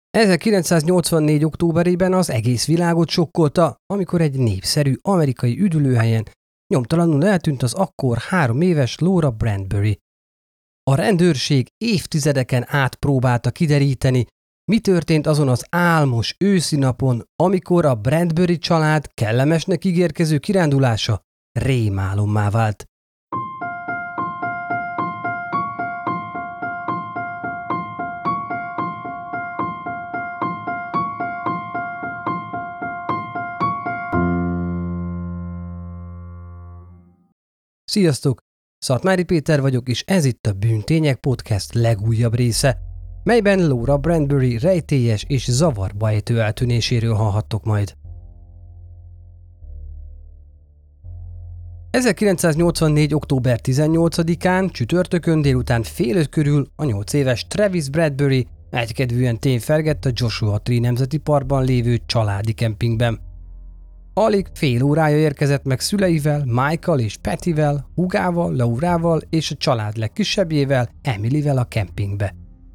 1984. októberében az egész világot sokkolta, amikor egy népszerű amerikai üdülőhelyen nyomtalanul eltűnt az akkor 3 éves Laura Bradbury. A rendőrség évtizedeken át próbálta kideríteni, mi történt azon az álmos őszi napon, amikor a Bradbury család kellemesnek ígérkező kirándulása rémálommá vált. Sziasztok! Szatmári Péter vagyok, és ez itt a Bűntények Podcast legújabb része, melyben Laura Bradbury rejtélyes és zavarba ejtő eltűnéséről hallhattok majd. 1984. október 18-án csütörtökön délután fél 5 körül a 8 éves Travis Bradbury egykedvűen tényfergett a Joshua Tree Nemzeti Parkban lévő családi kempingben. Alig fél órája érkezett meg szüleivel, Michael és Pattyvel, húgával, Laurával és a család legkisebbjével, Emilyvel a kempingbe.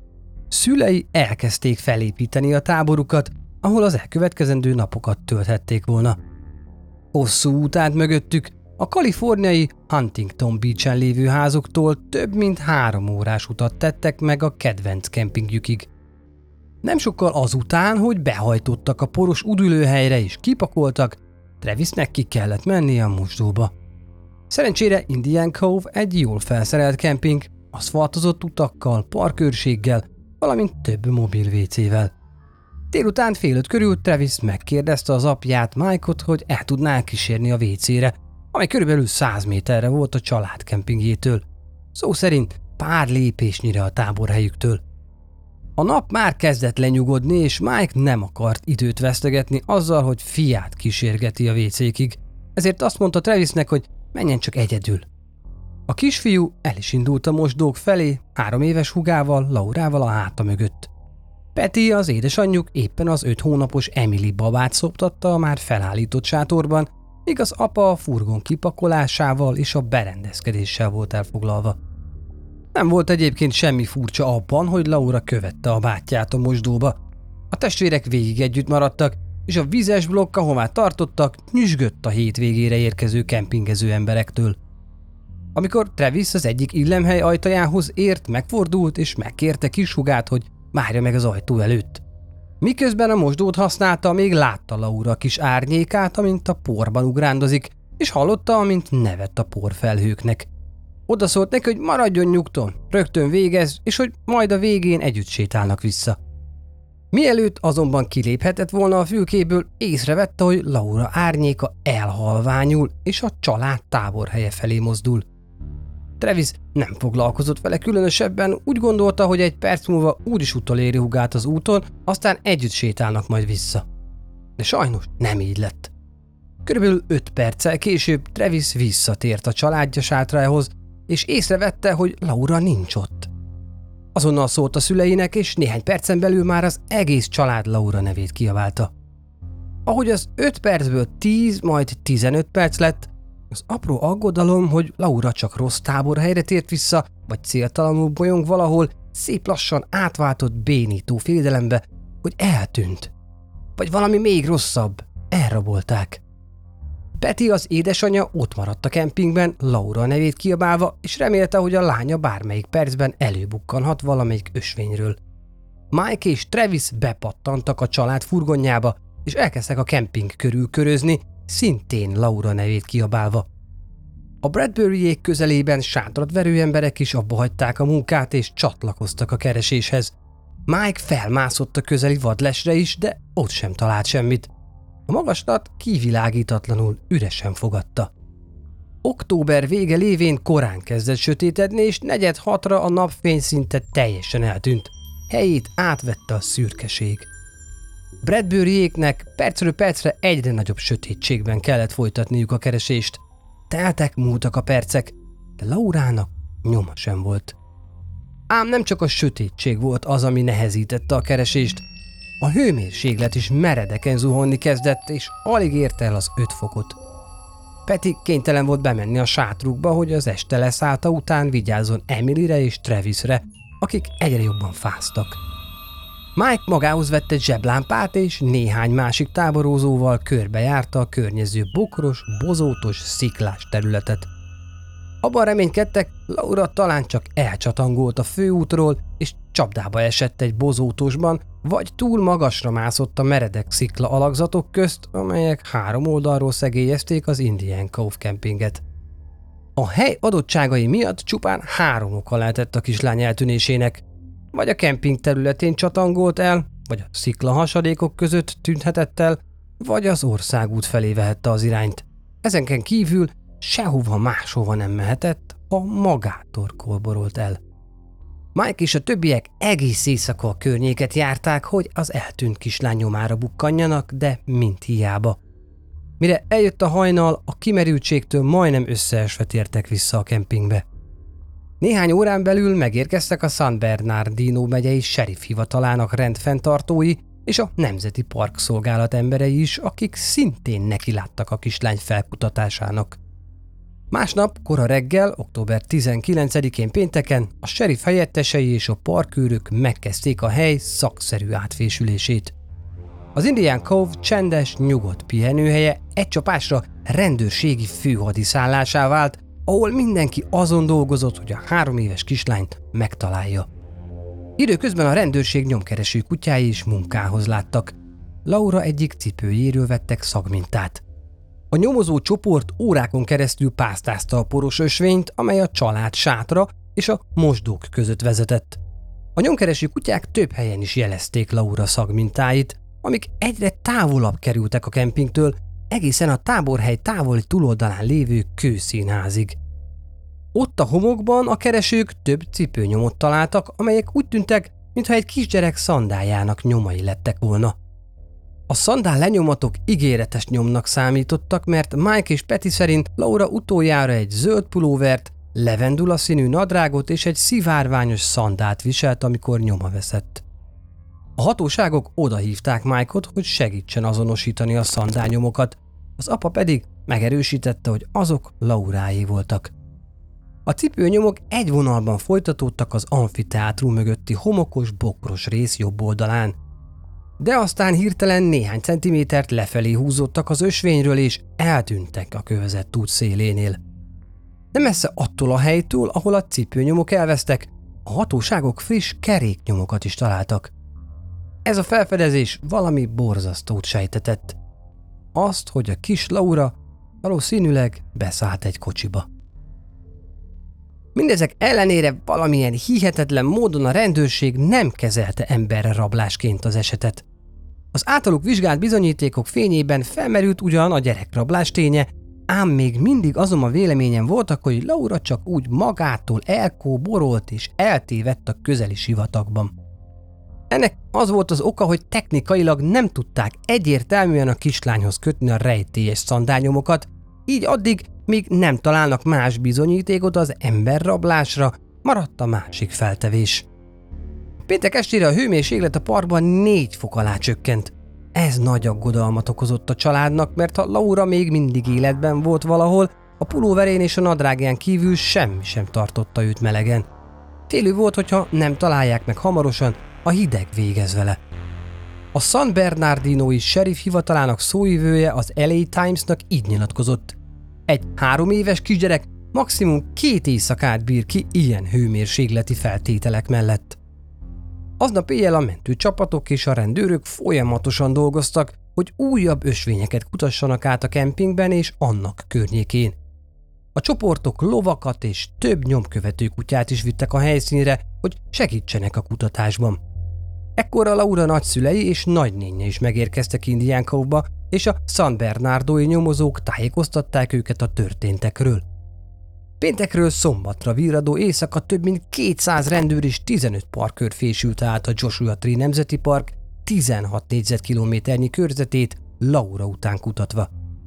Szülei elkezdték felépíteni a táborukat, ahol az elkövetkezendő napokat tölthették volna. Hosszú út állt mögöttük, a kaliforniai Huntington Beach-en lévő házuktól több mint 3 órás utat tettek meg a kedvenc kempingjükig. Nem sokkal azután, hogy behajtottak a poros üdülőhelyre és kipakoltak, Travisnek ki kellett mennie a mosdóba. Szerencsére Indian Cove egy jól felszerelt kemping, aszfaltozott utakkal, parkőrséggel, valamint több mobil WC-vel. Délután fél 5 körül Travis megkérdezte az apját, Mike-ot, hogy el tudná kísérni a WC-re, amely körülbelül 100 méterre volt a család kempingjétől. Szó szerint pár lépésnyire a táborhelyüktől. A nap már kezdett lenyugodni, és Mike nem akart időt vesztegetni azzal, hogy fiát kísérgeti a WC-kig, ezért azt mondta Travisnek, hogy menjen csak egyedül. A kisfiú el is indult a mosdók felé, 3 éves húgával, Laurával a háta mögött. Patty, az édesanyjuk éppen az 5 hónapos Emily babát szoptatta a már felállított sátorban, míg az apa a furgon kipakolásával és a berendezkedéssel volt elfoglalva. Nem volt egyébként semmi furcsa abban, hogy Laura követte a bátyját a mosdóba. A testvérek végig együtt maradtak, és a vizes blokk, ahová tartottak, nyüzsgött a hétvégére érkező kempingező emberektől. Amikor Travis az egyik illemhely ajtajához ért, megfordult és megkérte kishúgát, hogy várja meg az ajtó előtt. Miközben a mosdót használta, még látta Laura kis árnyékát, amint a porban ugrándozik, és hallotta, amint nevet a porfelhőknek. Oda szólt neki, hogy maradjon nyugton, rögtön végez, és hogy majd a végén együtt sétálnak vissza. Mielőtt azonban kiléphetett volna a fülkéből, észrevette, hogy Laura árnyéka elhalványul, és a család táborhelye felé mozdul. Travis nem foglalkozott vele különösebben, úgy gondolta, hogy egy perc múlva úgyis utoléri húgát az úton, aztán együtt sétálnak majd vissza. De sajnos nem így lett. Körülbelül 5 perccel később Travis visszatért a családja sátrához, és észrevette, hogy Laura nincs ott. Azonnal szólt a szüleinek, és néhány percen belül már az egész család Laura nevét kiabálta. Ahogy az 5 percből 10, majd 15 perc lett, az apró aggodalom, hogy Laura csak rossz táborhelyre tért vissza, vagy céltalanul bolyong valahol, szép lassan átváltott bénító félelembe, hogy eltűnt. Vagy valami még rosszabb, elrabolták. Patty, az édesanyja ott maradt a kempingben, Laura nevét kiabálva, és remélte, hogy a lánya bármelyik percben előbukkanhat valamelyik ösvényről. Mike és Travis bepattantak a család furgonjába, és elkezdtek a kemping körül körözni, szintén Laura nevét kiabálva. A Bradburyék közelében sátrat verő emberek is abba hagyták a munkát, és csatlakoztak a kereséshez. Mike felmászott a közeli vadlesre is, de ott sem talált semmit. A magaslat kivilágítatlanul üresen fogadta. Október vége lévén korán kezdett sötétedni, és 4:30-ra a napfény szinte teljesen eltűnt. Helyét átvette a szürkeség. Bradburyéknek percről percre egyre nagyobb sötétségben kellett folytatniuk a keresést. Teltek, múltak a percek, de Laurának nyoma sem volt. Ám nem csak a sötétség volt az, ami nehezítette a keresést. A hőmérséklet is meredeken zuhanni kezdett, és alig érte el az 5 fokot. Patty kénytelen volt bemenni a sátrukba, hogy az este leszállta után vigyázzon Emilyre és Travisre, akik egyre jobban fáztak. Mike magához vett egy zseblámpát, és néhány másik táborozóval körbejárta a környező bokros, bozótos, sziklás területet. Abban reménykedtek, Laura talán csak elcsatangolt a főútról, és csapdába esett egy bozótosban, vagy túl magasra mászott a meredek szikla alakzatok közt, amelyek három oldalról szegélyezték az Indian Cove kempinget. A hely adottságai miatt csupán három oka lehetett a kislány eltűnésének. Vagy a kemping területén csatangolt el, vagy a szikla hasadékok között tűnhetett el, vagy az országút felé vehette az irányt. Ezenken kívül sehova máshova nem mehetett, ha magától kolborolt el. Mike és a többiek egész éjszaka a környéket járták, hogy az eltűnt kislány nyomára bukkanjanak, de mind hiába. Mire eljött a hajnal, a kimerültségtől majdnem összeesve tértek vissza a kempingbe. Néhány órán belül megérkeztek a San Bernardino megyei sheriff hivatalának rendfenntartói és a Nemzeti Park Szolgálat emberei is, akik szintén nekiláttak a kislány felkutatásának. Másnap, kora reggel, október 19-én pénteken a sheriff helyettesei és a parkőrök megkezdték a hely szakszerű átfésülését. Az Indian Cove csendes, nyugodt pihenőhelye egy csapásra rendőrségi főhadiszállásá vált, ahol mindenki azon dolgozott, hogy a 3 éves kislányt megtalálja. Időközben a rendőrség nyomkereső kutyái is munkához láttak. Laura egyik cipőjéről vettek szagmintát. A nyomozó csoport órákon keresztül pásztázta a poros ösvényt, amely a család sátra és a mosdók között vezetett. A nyomkereső kutyák több helyen is jelezték Laura szagmintáit, amik egyre távolabb kerültek a kempingtől, egészen a táborhely távoli túloldalán lévő kőszínházig. Ott a homokban a keresők több cipőnyomot találtak, amelyek úgy tűntek, mintha egy kisgyerek szandájának nyomai lettek volna. A szandál lenyomatok ígéretes nyomnak számítottak, mert Mike és Patty szerint Laura utoljára egy zöld pulóvert, levendula színű nadrágot és egy szivárványos szandált viselt, amikor nyoma veszett. A hatóságok odahívták Mike-ot, hogy segítsen azonosítani a szandálnyomokat, az apa pedig megerősítette, hogy azok Lauráé voltak. A cipőnyomok egy vonalban folytatódtak az amfiteátrum mögötti homokos, bokros rész jobb oldalán, de aztán hirtelen néhány centimétert lefelé húzódtak az ösvényről és eltűntek a kövezett út szélénél. Nem messze attól a helytől, ahol a cipőnyomok elvesztek, a hatóságok friss keréknyomokat is találtak. Ez a felfedezés valami borzasztót sejtetett. Azt, hogy a kis Laura valószínűleg beszállt egy kocsiba. Mindezek ellenére valamilyen hihetetlen módon a rendőrség nem kezelte emberre rablásként az esetet. Az általuk vizsgált bizonyítékok fényében felmerült ugyan a gyerekrablás ténye, ám még mindig azon a véleményen voltak, hogy Laura csak úgy magától elkóborolt és eltévedt a közeli sivatagban. Ennek az volt az oka, hogy technikailag nem tudták egyértelműen a kislányhoz kötni a rejtélyes szandálnyomokat, így addig, míg nem találnak más bizonyítékot az emberrablásra, maradt a másik feltevés. Péntek estére a hőmérséklet a parkban 4 fok alá csökkent. Ez nagy aggodalmat okozott a családnak, mert ha Laura még mindig életben volt valahol, a pulóverén és a nadrágján kívül semmi sem tartotta őt melegen. Félő volt, hogyha nem találják meg hamarosan, a hideg végez vele. A San Bernardinói sheriff hivatalának szóvivője az LA Times-nak így nyilatkozott. Egy 3 éves kisgyerek maximum 2 éjszakát bír ki ilyen hőmérsékleti feltételek mellett. Aznap éjjel a mentőcsapatok és a rendőrök folyamatosan dolgoztak, hogy újabb ösvényeket kutassanak át a kempingben és annak környékén. A csoportok lovakat és több nyomkövető kutyát is vittek a helyszínre, hogy segítsenek a kutatásban. Ekkorra Laura nagyszülei és nagynénje is megérkeztek Indian Cove-ba, és a San Bernardói nyomozók tájékoztatták őket a történtekről. Péntekről szombatra virradó éjszaka több mint 200 rendőr és 15 parkőr fésült át a Joshua Tree Nemzeti Park 16 négyzetkilométernyi körzetét Laura után kutatva.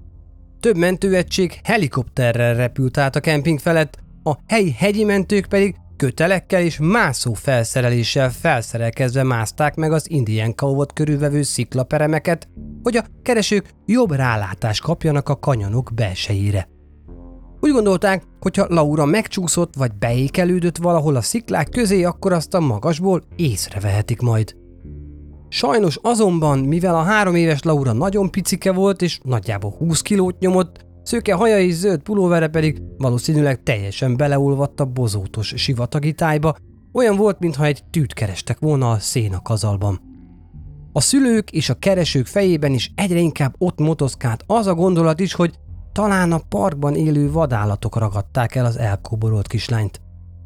Több mentőegység helikopterrel repült át a kemping felett, a helyi hegyi mentők pedig kötelekkel és mászó felszereléssel felszerelkezve mászták meg az Indian Cove-ot körülvevő sziklaperemeket, hogy a keresők jobb rálátást kapjanak a kanyonok belsejére. Úgy gondolták, hogyha Laura megcsúszott vagy beékelődött valahol a sziklák közé, akkor azt a magasból észrevehetik majd. Sajnos azonban, mivel a 3 éves Laura nagyon picike volt és nagyjából 20 kilót nyomott, szőke haja és zöld pulóvere pedig valószínűleg teljesen beleolvadt a bozótos sivatagi tájba, olyan volt, mintha egy tűt kerestek volna a szénakazalban. A szülők és a keresők fejében is egyre inkább ott motoszkált az a gondolat is, hogy talán a parkban élő vadállatok ragadták el az elkóborolt kislányt.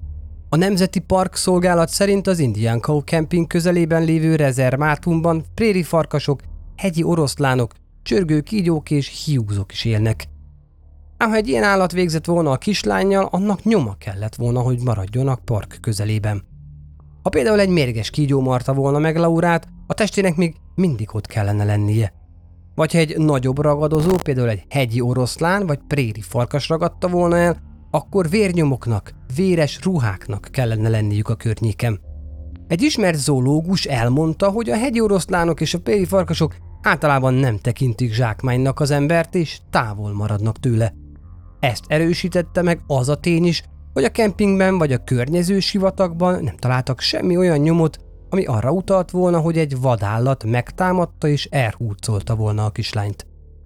A Nemzeti Park Szolgálat szerint az Indian Cove Camping közelében lévő rezervátumban préri farkasok, hegyi oroszlánok, csörgő kígyók és hiúzok is élnek. Ám ha egy ilyen állat végzett volna a kislánnyal, annak nyoma kellett volna, hogy maradjon a park közelében. Ha például egy mérges kígyó marta volna meg Laurát, a testének még mindig ott kellene lennie. Vagy ha egy nagyobb ragadozó, például egy hegyi oroszlán vagy préri farkas ragadta volna el, akkor vérnyomoknak, véres ruháknak kellene lenniük a környéken. Egy ismert zoológus elmondta, hogy a hegyi oroszlánok és a préri farkasok általában nem tekintik zsákmánynak az embert, és távol maradnak tőle. Ezt erősítette meg az a tény is, hogy a kempingben vagy a környező sivatagban nem találtak semmi olyan nyomot, ami arra utalt volna, hogy egy vadállat megtámadta és elhurcolta volna a kislányt.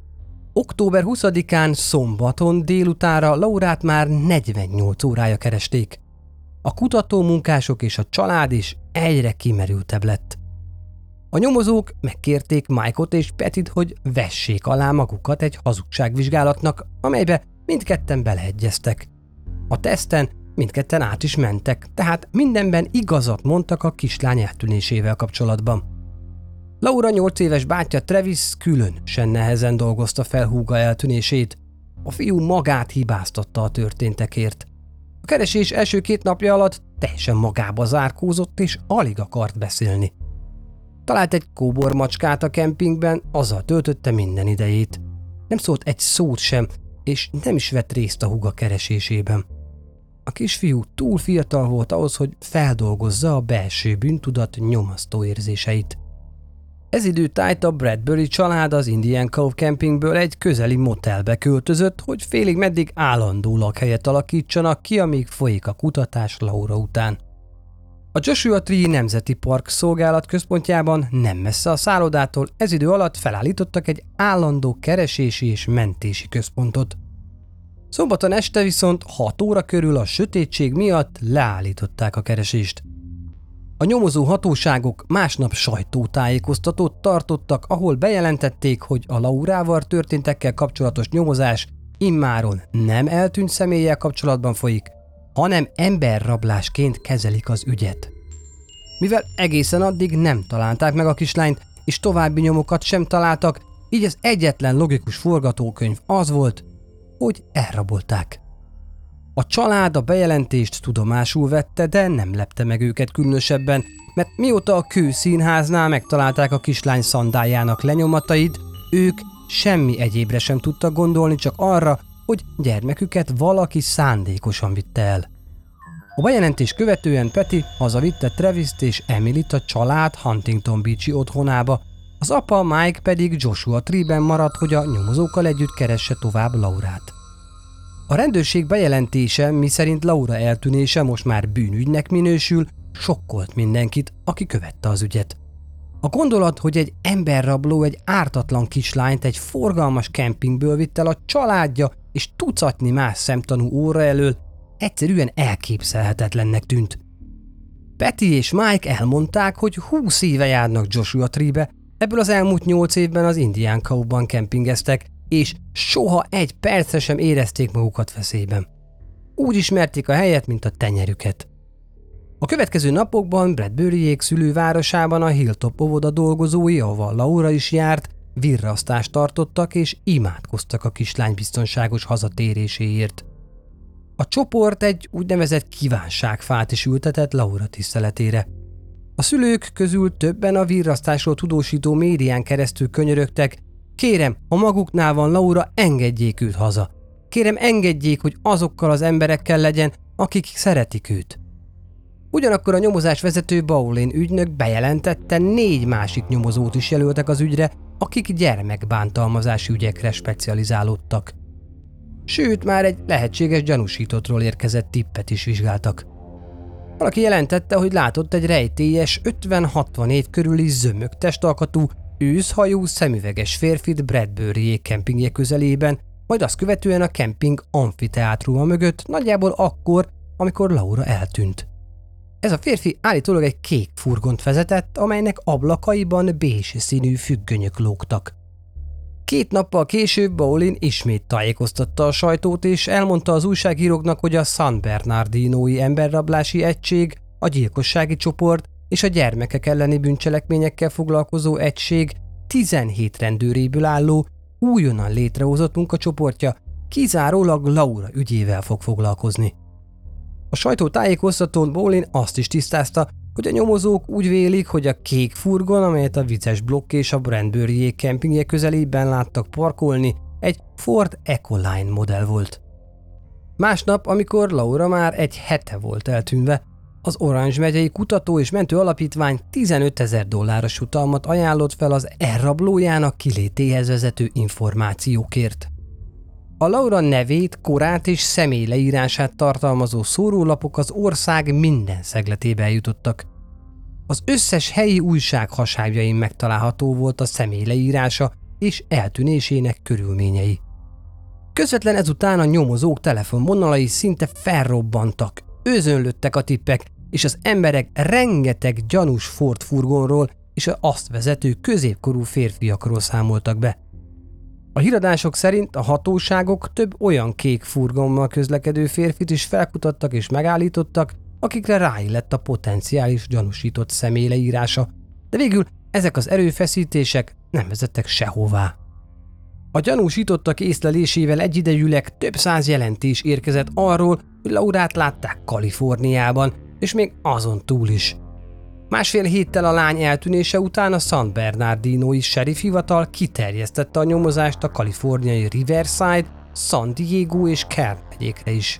Október 20-án szombaton délutánra Laurát már 48 órája keresték. A kutatómunkások és a család is egyre kimerültebb lett. A nyomozók megkérték Mike-ot és Pattyt, hogy vessék alá magukat egy hazugságvizsgálatnak, amelybe mindketten beleegyeztek. A teszten mindketten át is mentek, tehát mindenben igazat mondtak a kislány eltűnésével kapcsolatban. Laura 8 éves bátyja Travis különösen nehezen dolgozta fel húga eltűnését. A fiú magát hibáztatta a történtekért. A keresés első 2 napja alatt teljesen magába zárkózott és alig akart beszélni. Talált egy kóbormacskát a kempingben, azzal töltötte minden idejét. Nem szólt egy szót sem, és nem is vett részt a húga keresésében. A kisfiú túl fiatal volt ahhoz, hogy feldolgozza a belső bűntudat nyomasztó érzéseit. Ez idő tájt a Bradbury család az Indian Cove Campingből egy közeli motelbe költözött, hogy félig meddig állandó lakhelyet alakítsanak ki, amíg folyik a kutatás Laura után. A Joshua Tree Nemzeti Park Szolgálat központjában nem messze a szállodától ez idő alatt felállítottak egy állandó keresési és mentési központot. Szombaton este viszont 6 óra körül a sötétség miatt leállították a keresést. A nyomozó hatóságok másnap sajtótájékoztatót tartottak, ahol bejelentették, hogy a Laurával történtekkel kapcsolatos nyomozás immáron nem eltűnt személlyel kapcsolatban folyik, hanem emberrablásként kezelik az ügyet. Mivel egészen addig nem találták meg a kislányt, és további nyomokat sem találtak, így az egyetlen logikus forgatókönyv az volt, hogy elrabolták. A család a bejelentést tudomásul vette, de nem lepte meg őket különösebben, mert mióta a kőszínháznál megtalálták a kislány szandájának lenyomatait, ők semmi egyébre sem tudtak gondolni, csak arra, hogy gyermeküket valaki szándékosan vitte el. A bejelentés követően Patty hazavitte Travist és Emilyt a család Huntington Beach-i otthonába, az apa Mike pedig Joshua Tree-ben maradt, hogy a nyomozókkal együtt keresse tovább Laurát. A rendőrség bejelentése, miszerint Laura eltűnése most már bűnügynek minősül, sokkolt mindenkit, aki követte az ügyet. A gondolat, hogy egy emberrabló egy ártatlan kislányt egy forgalmas kempingből vitt el a családja és tucatnyi más szemtanú óra elől, egyszerűen elképzelhetetlennek tűnt. Patty és Mike elmondták, hogy 20 éve járnak Joshua Tree-be, ebből az elmúlt 8 évben az Indian Cove-ban kempingeztek, és soha egy percre sem érezték magukat veszélyben. Úgy ismerték a helyet, mint a tenyerüket. A következő napokban Bradburyék szülővárosában a Hilltop óvoda dolgozói, ahol Laura is járt, virrasztást tartottak és imádkoztak a kislány biztonságos hazatéréséért. A csoport egy úgynevezett kívánságfát is ültetett Laura tiszteletére. A szülők közül többen a virrasztásról tudósító médián keresztül könyörögtek: kérem, ha maguknál van Laura, engedjék őt haza. Kérem, engedjék, hogy azokkal az emberekkel legyen, akik szeretik őt. Ugyanakkor a nyomozás vezető Bowling ügynök bejelentette, 4 másik nyomozót is jelöltek az ügyre, akik gyermekbántalmazási ügyekre specializálódtak. Sőt, már egy lehetséges gyanúsítottról érkezett tippet is vizsgáltak. Valaki jelentette, hogy látott egy rejtélyes, 50-60 év körüli zömök testalkatú, őszhajú, szemüveges férfit Bradbury kempingje közelében, majd azt követően a kemping amfiteátruma mögött, nagyjából akkor, amikor Laura eltűnt. Ez a férfi állítólag egy kék furgont vezetett, amelynek ablakaiban bézs színű függönyök lógtak. 2 nappal később Bowling ismét tájékoztatta a sajtót, és elmondta az újságíróknak, hogy a San Bernardinói emberrablási egység, a gyilkossági csoport és a gyermekek elleni bűncselekményekkel foglalkozó egység 17 rendőréből álló, újonnan létrehozott munkacsoportja kizárólag Laura ügyével fog foglalkozni. A sajtótájékoztatón Bowling azt is tisztázta, hogy a nyomozók úgy vélik, hogy a kék furgon, amelyet a vicces blokk és a Bradbury kempingje közelében láttak parkolni, egy Ford Ecoline modell volt. Másnap, amikor Laura már egy hete volt eltűnve, az Orange megyei kutató és mentő alapítvány $15,000 jutalmat ajánlott fel az elrablójának kilétéhez vezető információkért. A Laura nevét, korát és személyleírását tartalmazó szórólapok az ország minden szegletébe eljutottak. Az összes helyi újság hasábjain megtalálható volt a személyleírása és eltűnésének körülményei. Közvetlen ezután a nyomozók telefonvonalai szinte felrobbantak, özönlöttek a tippek, és az emberek rengeteg gyanús Ford furgonról és azt vezető középkorú férfiakról számoltak be. A híradások szerint a hatóságok több olyan kék furgonnal közlekedő férfit is felkutattak és megállítottak, akikre ráillett a potenciális gyanúsított személy leírása, de végül ezek az erőfeszítések nem vezettek sehová. A gyanúsítottak észlelésével egyidejűleg több száz jelentés érkezett arról, hogy Laurát látták Kaliforniában, és még azon túl is. 1,5 héttel a lány eltűnése után a San Bernardinói sheriff hivatal kiterjesztette a nyomozást a kaliforniai Riverside, San Diego és Kern megyékre is.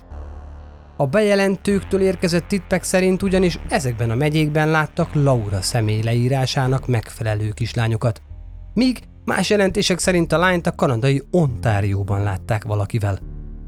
A bejelentőktől érkezett tippek szerint ugyanis ezekben a megyékben láttak Laura személy leírásának megfelelő kislányokat, míg más jelentések szerint a lányt a kanadai Ontárióban látták valakivel.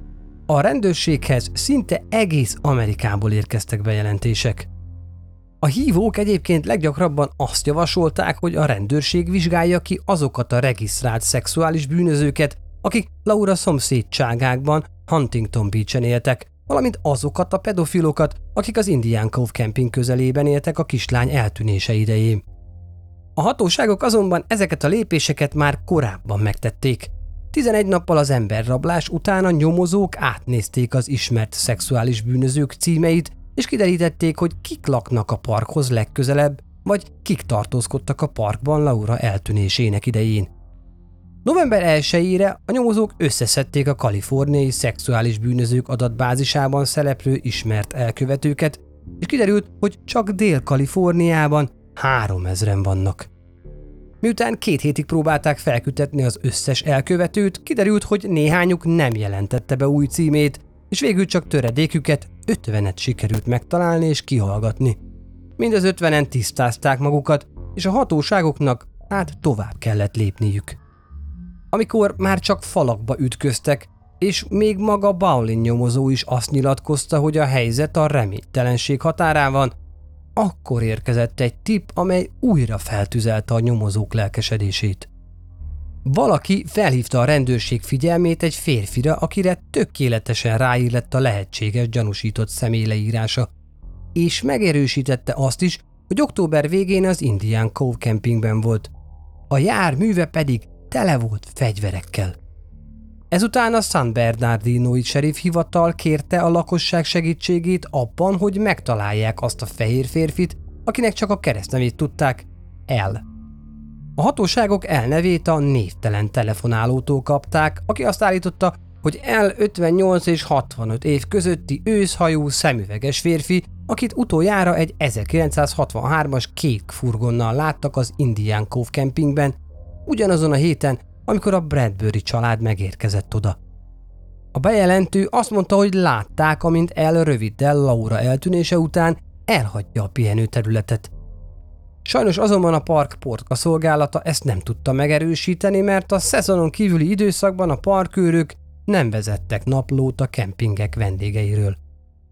A rendőrséghez szinte egész Amerikából érkeztek bejelentések. A hívók egyébként leggyakrabban azt javasolták, hogy a rendőrség vizsgálja ki azokat a regisztrált szexuális bűnözőket, akik Laura szomszédságákban, Huntington Beach-en éltek, valamint azokat a pedofilokat, akik az Indian Cove Camping közelében éltek a kislány eltűnése idején. A hatóságok azonban ezeket a lépéseket már korábban megtették. 11 nappal az emberrablás után a nyomozók átnézték az ismert szexuális bűnözők címeit, és kiderítették, hogy kik laknak a parkhoz legközelebb, vagy kik tartózkodtak a parkban Laura eltűnésének idején. November 1-ére a nyomozók összeszedték a kaliforniai szexuális bűnözők adatbázisában szereplő ismert elkövetőket, és kiderült, hogy csak Dél-Kaliforniában 3000-en vannak. Miután 2 hétig próbálták felkütetni az összes elkövetőt, kiderült, hogy néhányuk nem jelentette be új címét, és végül csak töredéküket, 50-et sikerült megtalálni és kihallgatni. Mind az 50-en tisztázták magukat, és a hatóságoknak tovább kellett lépniük. Amikor már csak falakba ütköztek, és még maga Bowling nyomozó is azt nyilatkozta, hogy a helyzet a reménytelenség határán van, akkor érkezett egy tipp, amely újra feltüzelte a nyomozók lelkesedését. Valaki felhívta a rendőrség figyelmét egy férfira, akire tökéletesen ráillett a lehetséges gyanúsított személy leírása, és megerősítette azt is, hogy október végén az Indian Cove Campingben volt. A járműve pedig tele volt fegyverekkel. Ezután a San Bernardinói sheriff hivatal kérte a lakosság segítségét abban, hogy megtalálják azt a fehér férfit, akinek csak a keresztnevét tudták, El. A hatóságok El nevét a névtelen telefonálótól kapták, aki azt állította, hogy El 58 és 65 év közötti őszhajú, szemüveges férfi, akit utoljára egy 1963-as kék furgonnal láttak az Indian Cove Campingben, ugyanazon a héten, amikor a Bradbury család megérkezett oda. A bejelentő azt mondta, hogy látták, amint El röviddel Laura eltűnése után elhagyja a pihenőterületet. Sajnos azonban a park portka szolgálata ezt nem tudta megerősíteni, mert a szezonon kívüli időszakban a parkőrök nem vezettek naplót a kempingek vendégeiről.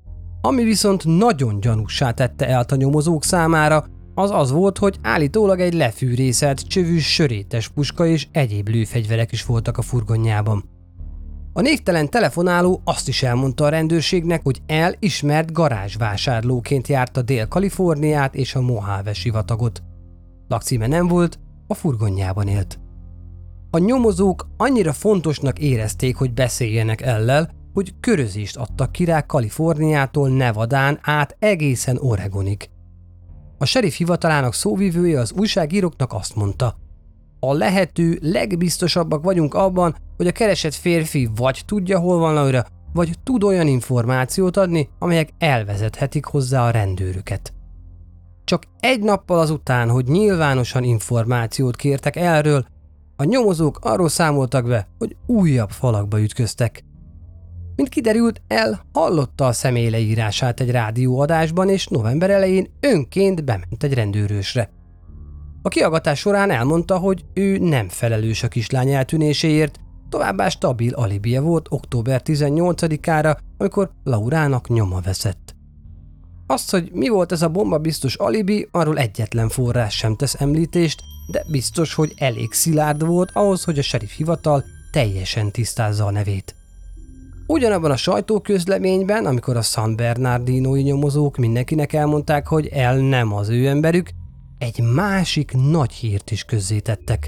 Ami viszont nagyon gyanússá tette Elt a nyomozók számára, az volt, hogy állítólag egy lefűrészelt, csövű sörétes puska és egyéb lőfegyverek is voltak a furgonjában. A névtelen telefonáló azt is elmondta a rendőrségnek, hogy El ismert garázsvásárlóként járta Dél-Kaliforniát és a Mojave sivatagot. Lakcíme nem volt, a furgonjában élt. A nyomozók annyira fontosnak érezték, hogy beszéljenek Ellel, hogy körözést adtak ki rá Kaliforniától Nevadán át egészen Oregonig. A sheriff hivatalának szóvivője az újságíróknak azt mondta: a lehető legbiztosabbak vagyunk abban, hogy a keresett férfi vagy tudja, hol van Laura, vagy tud olyan információt adni, amelyek elvezethetik hozzá a rendőröket. Csak egy nappal azután, hogy nyilvánosan információt kértek erről, a nyomozók arról számoltak be, hogy újabb falakba ütköztek. Mint kiderült, El hallotta a személy leírását egy rádióadásban, és november elején önként bement egy rendőrősre. A kihallgatás során elmondta, hogy ő nem felelős a kislány eltűnéséért, továbbá stabil alibije volt október 18-ára, amikor Laurának nyoma veszett. Azt, hogy mi volt ez a bombabiztos alibi, arról egyetlen forrás sem tesz említést, de biztos, hogy elég szilárd volt ahhoz, hogy a sheriff hivatal teljesen tisztázza a nevét. Ugyanabban a sajtóközleményben, amikor a San Bernardinói nyomozók mindenkinek elmondták, hogy El nem az ő emberük, egy másik nagy hírt is közzétettek.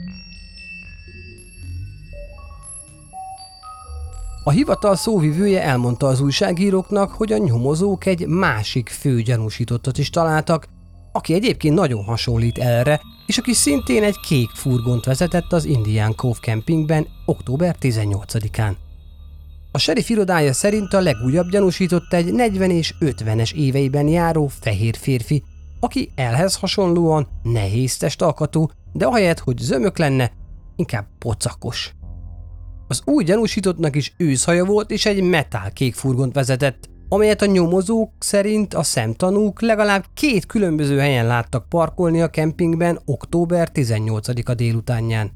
A hivatal szóvivője elmondta az újságíróknak, hogy a nyomozók egy másik fő gyanúsítottat is találtak, aki egyébként nagyon hasonlít Elre, és aki szintén egy kék furgont vezetett az Indian Cove campingben október 18-án. A sheriff irodája szerint a legújabb gyanúsított egy 40 és 50-es éveiben járó fehér férfi, aki Elhez hasonlóan nehéz testalkatú, de ahelyett, hogy zömök lenne, inkább pocakos. Az új gyanúsítottnak is őszhaja volt és egy metálkék furgont vezetett, amelyet a nyomozók szerint a szemtanúk legalább 2 különböző helyen láttak parkolni a kempingben október 18-a délutánján.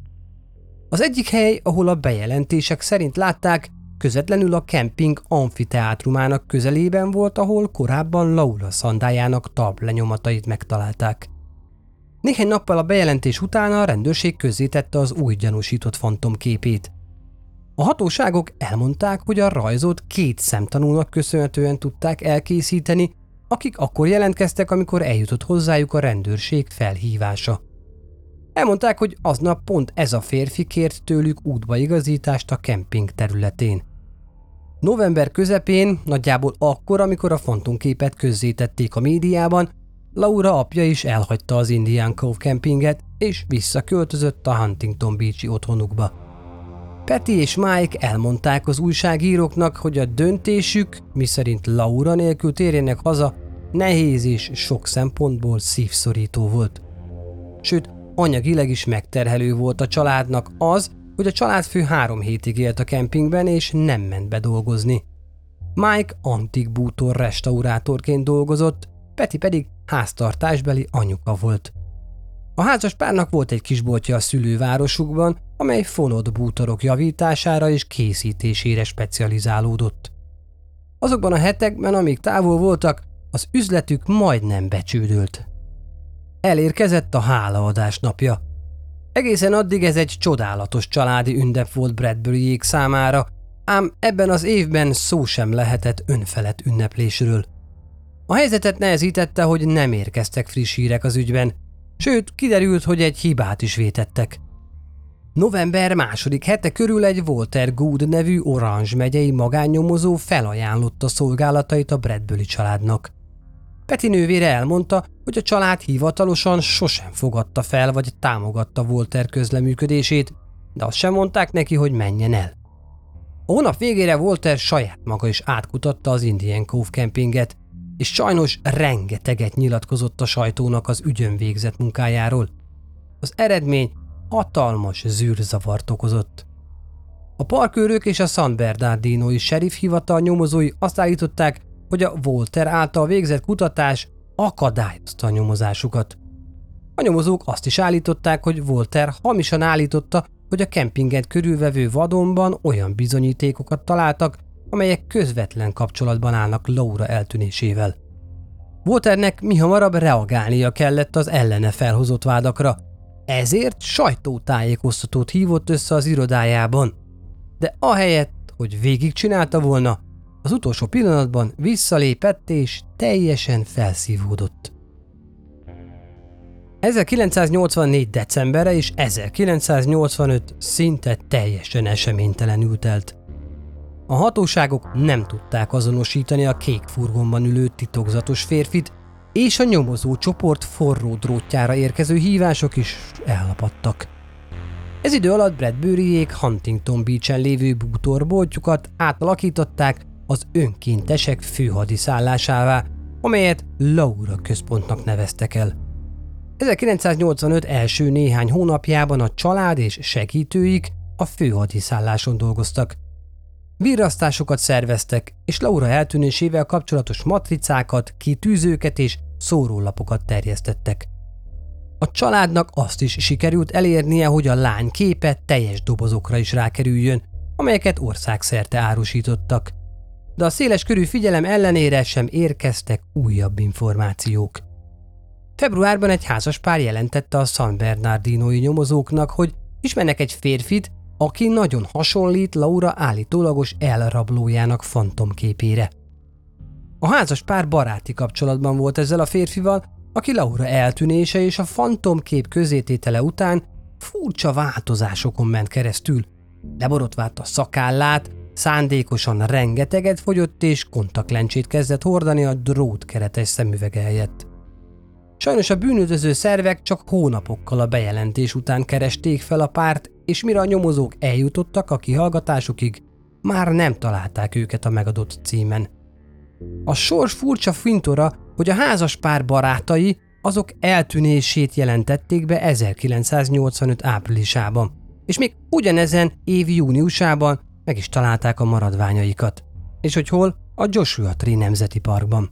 Az egyik hely, ahol a bejelentések szerint látták, közvetlenül a kemping amfiteátrumának közelében volt, ahol korábban Laura szandájának talplenyomatait megtalálták. Néhány nappal a bejelentés után a rendőrség közzétette az új gyanúsított fantomképét. A hatóságok elmondták, hogy a rajzot 2 szemtanúnak köszönhetően tudták elkészíteni, akik akkor jelentkeztek, amikor eljutott hozzájuk a rendőrség felhívása. Elmondták, hogy aznap pont ez a férfi kért tőlük útbaigazítást a kemping területén. November közepén, nagyjából akkor, amikor a fantomképet közzétették a médiában, Laura apja is elhagyta az Indian Cove campinget, és visszaköltözött a Huntington Beach-i otthonukba. Patty és Mike elmondták az újságíróknak, hogy a döntésük, miszerint Laura nélkül térjenek haza, nehéz és sok szempontból szívszorító volt. Sőt, anyagileg is megterhelő volt a családnak az, hogy a családfő 3 hétig élt a kempingben és nem ment be dolgozni. Mike antik bútor restaurátorként dolgozott, Patty pedig háztartásbeli anyuka volt. A házas párnak volt egy kisboltja a szülővárosukban, amely fonott bútorok javítására és készítésére specializálódott. Azokban a hetekben, amíg távol voltak, az üzletük majdnem becsődült. Elérkezett a hálaadás napja. Egészen addig ez egy csodálatos családi ünnep volt Bradburyék számára, ám ebben az évben szó sem lehetett önfelett ünneplésről. A helyzetet nehezítette, hogy nem érkeztek friss hírek az ügyben, sőt, kiderült, hogy egy hibát is vétettek. November második hete körül egy Walter Good nevű Orange megyei magánnyomozó felajánlotta szolgálatait a Bradbury családnak. Patty nővére elmondta, hogy a család hivatalosan sosem fogadta fel vagy támogatta Walter közleműködését, de azt sem mondták neki, hogy menjen el. A hónap végére Walter saját maga is átkutatta az Indian Cove campinget, és sajnos rengeteget nyilatkozott a sajtónak az ügyön végzett munkájáról. Az eredmény hatalmas zűrzavart okozott. A parkőrök és a San Bernardinói sheriff hivatal nyomozói azt állították, hogy a Walter által végzett kutatás akadályozta a nyomozásukat. A nyomozók azt is állították, hogy Walter hamisan állította, hogy a kempinget körülvevő vadonban olyan bizonyítékokat találtak, amelyek közvetlen kapcsolatban állnak Laura eltűnésével. Walternek mihamarabb reagálnia kellett az ellene felhozott vádakra, ezért sajtótájékoztatót hívott össze az irodájában, de ahelyett, hogy végigcsinálta volna, az utolsó pillanatban visszalépett és teljesen felszívódott. 1984. decembere és 1985 szinte teljesen eseménytelenül telt. A hatóságok nem tudták azonosítani a kék furgonban ülő titokzatos férfit, és a nyomozó csoport forró drótjára érkező hívások is ellapadtak. Ez idő alatt Bradburyék Huntington Beach-en lévő bútorboltjukat átalakították az önkéntesek főhadiszállásává, amelyet Laura központnak neveztek el. 1985 első néhány hónapjában a család és segítőik a főhadiszálláson dolgoztak. Virrasztásokat szerveztek, és Laura eltűnésével kapcsolatos matricákat, kitűzőket és szórólapokat terjesztettek. A családnak azt is sikerült elérnie, hogy a lány képe teljes dobozokra is rákerüljön, amelyeket országszerte árusítottak. De a széles körű figyelem ellenére sem érkeztek újabb információk. Februárban egy házaspár jelentette a San Bernardinói nyomozóknak, hogy ismernek egy férfit, aki nagyon hasonlít Laura állítólagos elrablójának fantomképére. A házaspár baráti kapcsolatban volt ezzel a férfival, aki Laura eltűnése és a fantomkép közzététele után furcsa változásokon ment keresztül. Leborotvált a szakállát, szándékosan rengeteget fogyott és kontaktlencsét kezdett hordani a drótkeretes szemüvege helyett. Sajnos a bűnüldöző szervek csak hónapokkal a bejelentés után keresték fel a párt, és mire a nyomozók eljutottak a kihallgatásukig, már nem találták őket a megadott címen. A sors furcsa fintora, hogy a házaspár barátai azok eltűnését jelentették be 1985 áprilisában, és még ugyanezen év júniusában meg is találták a maradványaikat. És hogy hol? A Joshua Tree Nemzeti Parkban.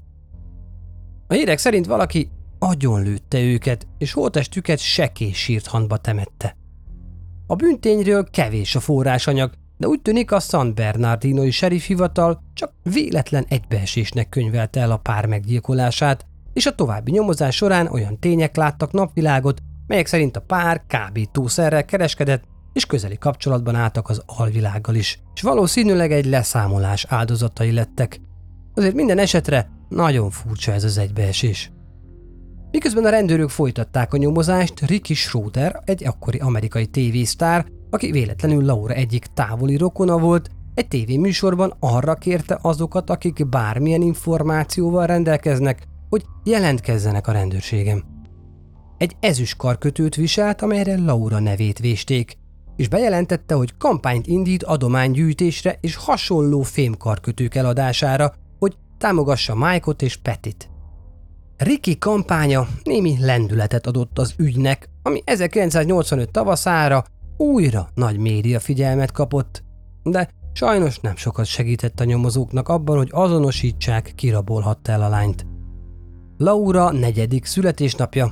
A hírek szerint valaki agyonlőtte őket, és holttestüket sekély sírthandba temette. A bűntényről kevés a forrásanyag, de úgy tűnik a San Bernardinói serifhivatal csak véletlen egybeesésnek könyvelte el a pár meggyilkolását, és a további nyomozás során olyan tények láttak napvilágot, melyek szerint a pár kábítószerrel kereskedett, és közeli kapcsolatban álltak az alvilággal is, és valószínűleg egy leszámolás áldozatai lettek. Azért minden esetre nagyon furcsa ez az egybeesés. Miközben a rendőrök folytatták a nyomozást, Ricky Schroeder, egy akkori amerikai tévésztár, aki véletlenül Laura egyik távoli rokona volt, egy tévéműsorban arra kérte azokat, akik bármilyen információval rendelkeznek, hogy jelentkezzenek a rendőrségem. Egy ezüst karkötőt viselt, amelyre Laura nevét vésték, és bejelentette, hogy kampányt indít adománygyűjtésre és hasonló fémkarkötők eladására, hogy támogassa Mike-ot és Pattit. Ricky kampánya némi lendületet adott az ügynek, ami 1985 tavaszára újra nagy média figyelmet kapott, de sajnos nem sokat segített a nyomozóknak abban, hogy azonosítsák, ki rabolhatta el a lányt. Laura 4. születésnapja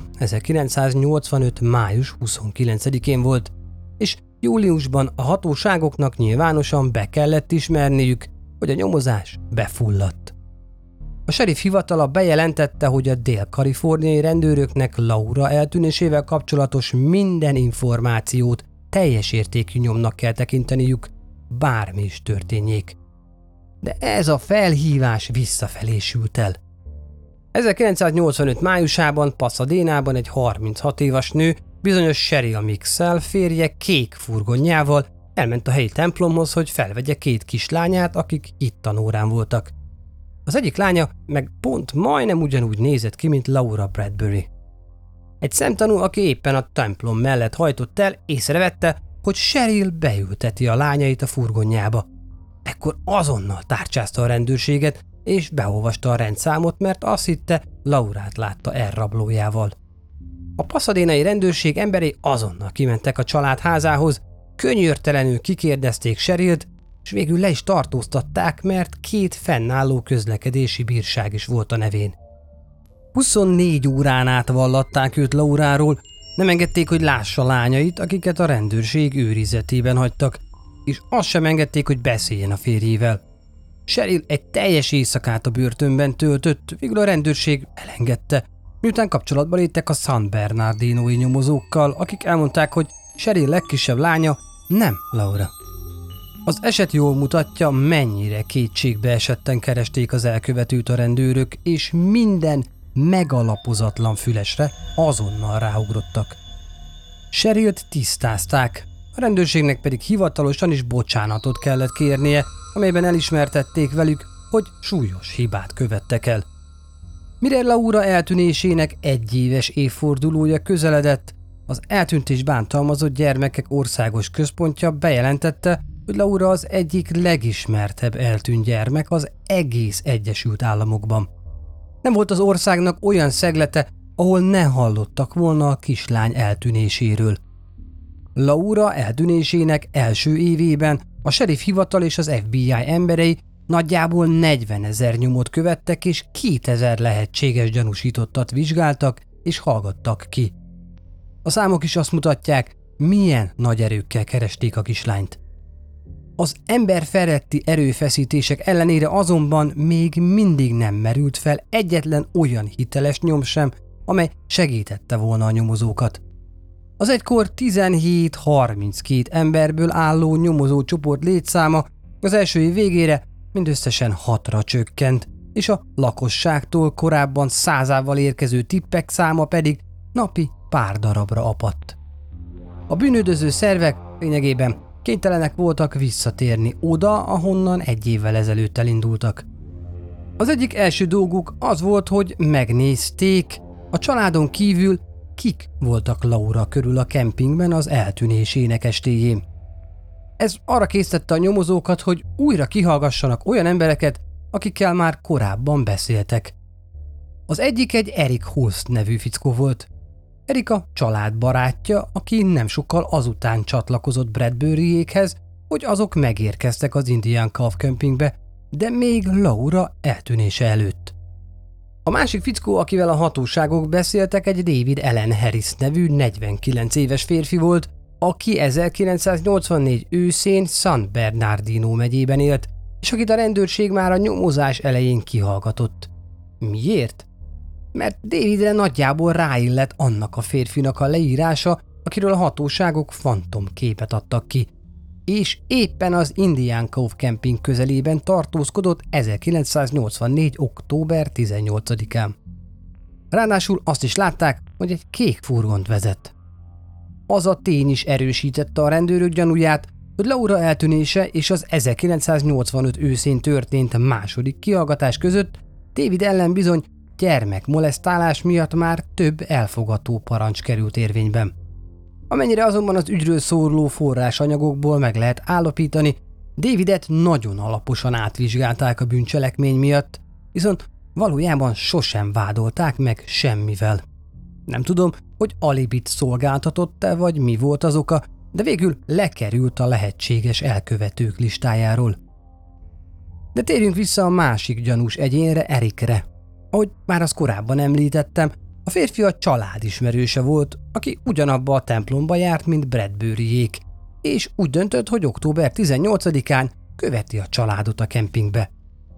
1985. május 29-én volt, és júliusban a hatóságoknak nyilvánosan be kellett ismerniük, hogy a nyomozás befulladt. A sheriff hivatala bejelentette, hogy a dél-kaliforniai rendőröknek Laura eltűnésével kapcsolatos minden információt teljes értékű nyomnak kell tekinteniük, bármi is történjék. De ez a felhívás visszafelé sült el. 1985 májusában Pasadénában egy 36 éves nő bizonyos Cheryl Mixel férje kék furgonjával elment a helyi templomhoz, hogy felvegye 2 kislányát, akik itt tanórán voltak. Az egyik lánya meg pont majdnem ugyanúgy nézett ki, mint Laura Bradbury. Egy szemtanú, aki éppen a templom mellett hajtott el, észrevette, hogy Cheryl beülteti a lányait a furgonjába. Ekkor azonnal tárcsázta a rendőrséget, és beolvasta a rendszámot, mert azt hitte, Laurát látta elrablójával. A pasadénai rendőrség emberei azonnal kimentek a család házához, könyörtelenül kikérdezték Cherylt, és végül le is tartóztatták, mert 2 fennálló közlekedési bírság is volt a nevén. 24 órán át vallatták őt Lauráról, nem engedték, hogy lássa lányait, akiket a rendőrség őrizetében hagytak, és azt sem engedték, hogy beszéljen a férjével. Cheryl egy teljes éjszakát a börtönben töltött, végül a rendőrség elengedte, miután kapcsolatba léptek a San Bernardinói nyomozókkal, akik elmondták, hogy Cheryl legkisebb lánya nem Laura. Az eset jól mutatja, mennyire kétségbe esetten keresték az elkövetőt a rendőrök, és minden megalapozatlan fülesre azonnal ráugrottak. Cherylt tisztázták, a rendőrségnek pedig hivatalosan is bocsánatot kellett kérnie, amelyben elismertették velük, hogy súlyos hibát követtek el. Mire Laura eltűnésének egyéves évfordulója közeledett, az eltűnt bántalmazott gyermekek országos központja bejelentette, hogy Laura az egyik legismertebb eltűnt gyermek az egész Egyesült Államokban. Nem volt az országnak olyan szeglete, ahol ne hallottak volna a kislány eltűnéséről. Laura eltűnésének első évében a sheriff hivatal és az FBI emberei nagyjából 40 000 nyomot követtek és 2000 lehetséges gyanúsítottat vizsgáltak és hallgattak ki. A számok is azt mutatják, milyen nagy erőkkel keresték a kislányt. Az emberfeletti erőfeszítések ellenére azonban még mindig nem merült fel egyetlen olyan hiteles nyom sem, amely segítette volna a nyomozókat. Az egykor 17-32 emberből álló nyomozócsoport létszáma az első év végére mindösszesen 6-ra csökkent, és a lakosságtól korábban 100-ával érkező tippek száma pedig napi pár darabra apadt. A bűnüldöző szervek lényegében kénytelenek voltak visszatérni oda, ahonnan egy évvel ezelőtt elindultak. Az egyik első dolguk az volt, hogy megnézték, a családon kívül kik voltak Laura körül a kempingben az eltűnésének estéjén. Ez arra késztette a nyomozókat, hogy újra kihallgassanak olyan embereket, akikkel már korábban beszéltek. Az egyik egy Eric Holst nevű fickó volt. Eric a családbarátja, aki nem sokkal azután csatlakozott Bradburyékhez, hogy azok megérkeztek az Indian Cove Campingbe, de még Laura eltűnése előtt. A másik fickó, akivel a hatóságok beszéltek, egy David Allen Harris nevű 49 éves férfi volt, aki 1984 őszén San Bernardino megyében élt, és akit a rendőrség már a nyomozás elején kihallgatott. Miért? Mert Davidre nagyjából ráillett annak a férfinak a leírása, akiről a hatóságok fantomképet adtak ki, és éppen az Indian Cove Camping közelében tartózkodott 1984. október 18-án. Ráadásul azt is látták, hogy egy kék furgont vezet. Az a tény is erősítette a rendőrök gyanúját, hogy Laura eltűnése és az 1985 őszén történt második kihallgatás között David ellen bizony gyermekmolesztálás miatt már több elfogató parancs került érvényben. Amennyire azonban az ügyről szóló forrásanyagokból meg lehet állapítani, Davidet nagyon alaposan átvizsgálták a bűncselekmény miatt, viszont valójában sosem vádolták meg semmivel. Nem tudom, hogy alibit szolgáltatott-e, vagy mi volt az oka, de végül lekerült a lehetséges elkövetők listájáról. De térjünk vissza a másik gyanús egyénre, Ericre. Ahogy már azt korábban említettem, a férfi a családismerőse volt, aki ugyanabba a templomba járt, mint Bradburyék, és úgy döntött, hogy október 18-án követi a családot a kempingbe.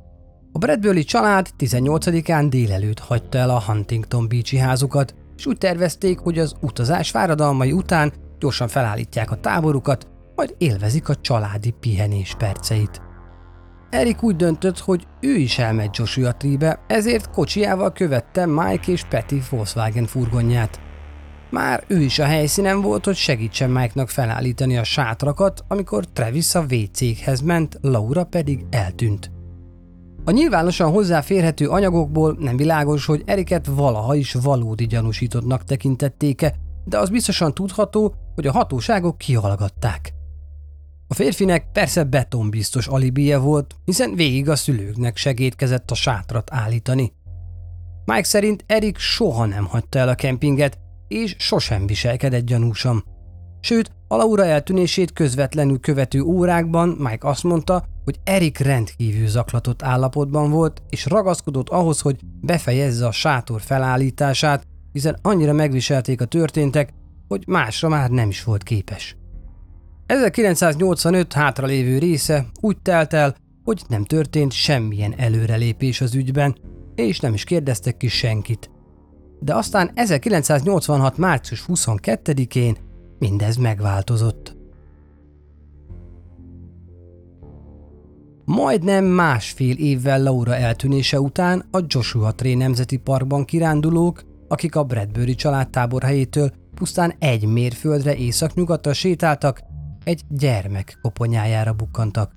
A Bradbury család 18-án délelőtt hagyta el a Huntington Beach-i házukat, és úgy tervezték, hogy az utazás fáradalmai után gyorsan felállítják a táborukat, majd élvezik a családi pihenés perceit. Eric úgy döntött, hogy ő is elmegy Joshua Tree-be, ezért kocsijával követte Mike és Patty Volkswagen furgonját. Már ő is a helyszínen volt, hogy segítsen Mike-nak felállítani a sátrakat, amikor Travis a WC-hez ment, Laura pedig eltűnt. A nyilvánosan hozzáférhető anyagokból nem világos, hogy Ericet valaha is valódi gyanúsítottnak tekintették-e, de az biztosan tudható, hogy a hatóságok kihallgatták. A férfinek persze betonbiztos alibije volt, hiszen végig a szülőknek segédkezett a sátrat állítani. Mike szerint Eric soha nem hagyta el a kempinget, és sosem viselkedett gyanúsan. Sőt, a Laura eltűnését közvetlenül követő órákban Mike azt mondta, hogy Eric rendkívül zaklatott állapotban volt, és ragaszkodott ahhoz, hogy befejezze a sátor felállítását, hiszen annyira megviselték a történtek, hogy másra már nem is volt képes. 1985 hátralévő része úgy telt el, hogy nem történt semmilyen előrelépés az ügyben, és nem is kérdeztek ki senkit. De aztán 1986. március 22-én mindez megváltozott. Majdnem másfél évvel Laura eltűnése után a Joshua Tree Nemzeti Parkban kirándulók, akik a Bradbury család táborhelyétől pusztán 1 mérföldre északnyugatra sétáltak, egy gyermek koponyájára bukkantak.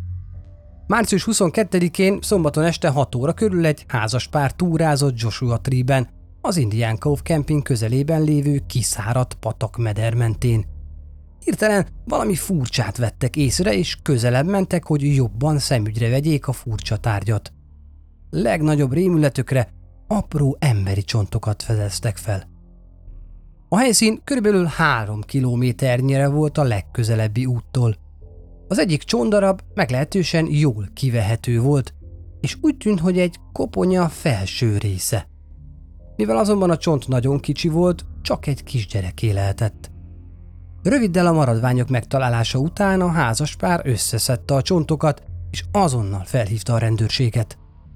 Március 22-én szombaton este 6 óra körül egy házaspár túrázott Joshua Tree-ben, az Indian Cove Camping közelében lévő kiszáradt patakmeder mentén. Hirtelen valami furcsát vettek észre, és közelebb mentek, hogy jobban szemügyre vegyék a furcsa tárgyat. Legnagyobb rémületükre apró emberi csontokat fedeztek fel. A helyszín körülbelül 3 kilométernyire volt a legközelebbi úttól. Az egyik csontdarab meglehetősen jól kivehető volt, és úgy tűnt, hogy egy koponya felső része. Mivel azonban a csont nagyon kicsi volt, csak egy kisgyereké lehetett. Röviddel a maradványok megtalálása után a házaspár összeszedte a csontokat, és azonnal felhívta a rendőrséget.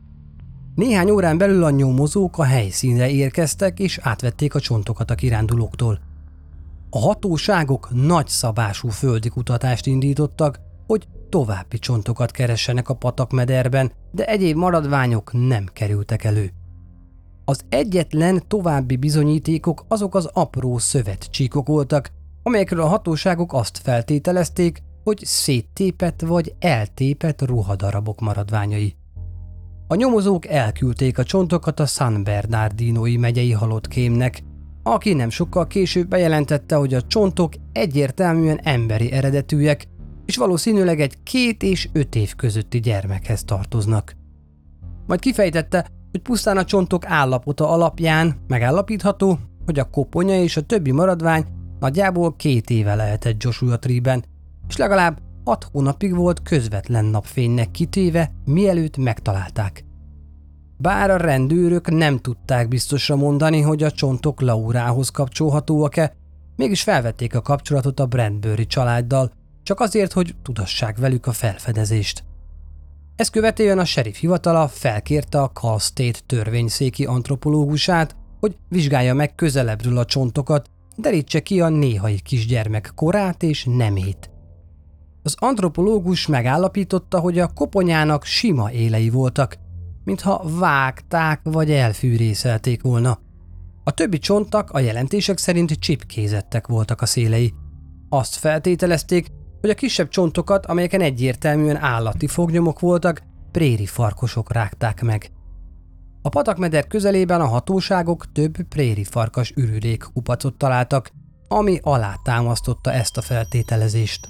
Néhány órán belül a nyomozók a helyszínre érkeztek, és átvették a csontokat a kirándulóktól. A hatóságok nagyszabású földi kutatást indítottak, hogy további csontokat keressenek a patakmederben, de egyéb maradványok nem kerültek elő. Az egyetlen további bizonyítékok azok az apró szövetcsíkok voltak, amelyekről a hatóságok azt feltételezték, hogy széttépett vagy eltépett ruhadarabok maradványai. A nyomozók elküldték a csontokat a San Bernardino-i megyei halottkémnek, aki nem sokkal később bejelentette, hogy a csontok egyértelműen emberi eredetűek, és valószínűleg egy 2 és 5 év közötti gyermekhez tartoznak. Majd kifejtette, hogy pusztán a csontok állapota alapján megállapítható, hogy a koponya és a többi maradvány nagyjából 2 éve lehetett Joshua Tree-ben, és legalább 6 hónapig volt közvetlen napfénynek kitéve, mielőtt megtalálták. Bár a rendőrök nem tudták biztosra mondani, hogy a csontok Laurához kapcsolhatóak-e, mégis felvették a kapcsolatot a Bradbury családdal, csak azért, hogy tudassák velük a felfedezést. Ezt követően a sheriff hivatala felkérte a Cal State törvényszéki antropológusát, hogy vizsgálja meg közelebbről a csontokat, derítse ki a néhai kisgyermek korát és nemét. Az antropológus megállapította, hogy a koponyának sima élei voltak, mintha vágták vagy elfűrészelték volna. A többi csontnak a jelentések szerint csipkézettek voltak a szélei. Azt feltételezték, hogy a kisebb csontokat, amelyeken egyértelműen állati fognyomok voltak, préri farkasok rágták meg. A patakmeder közelében a hatóságok több préri farkas ürülék kupacot találtak, ami alátámasztotta ezt a feltételezést.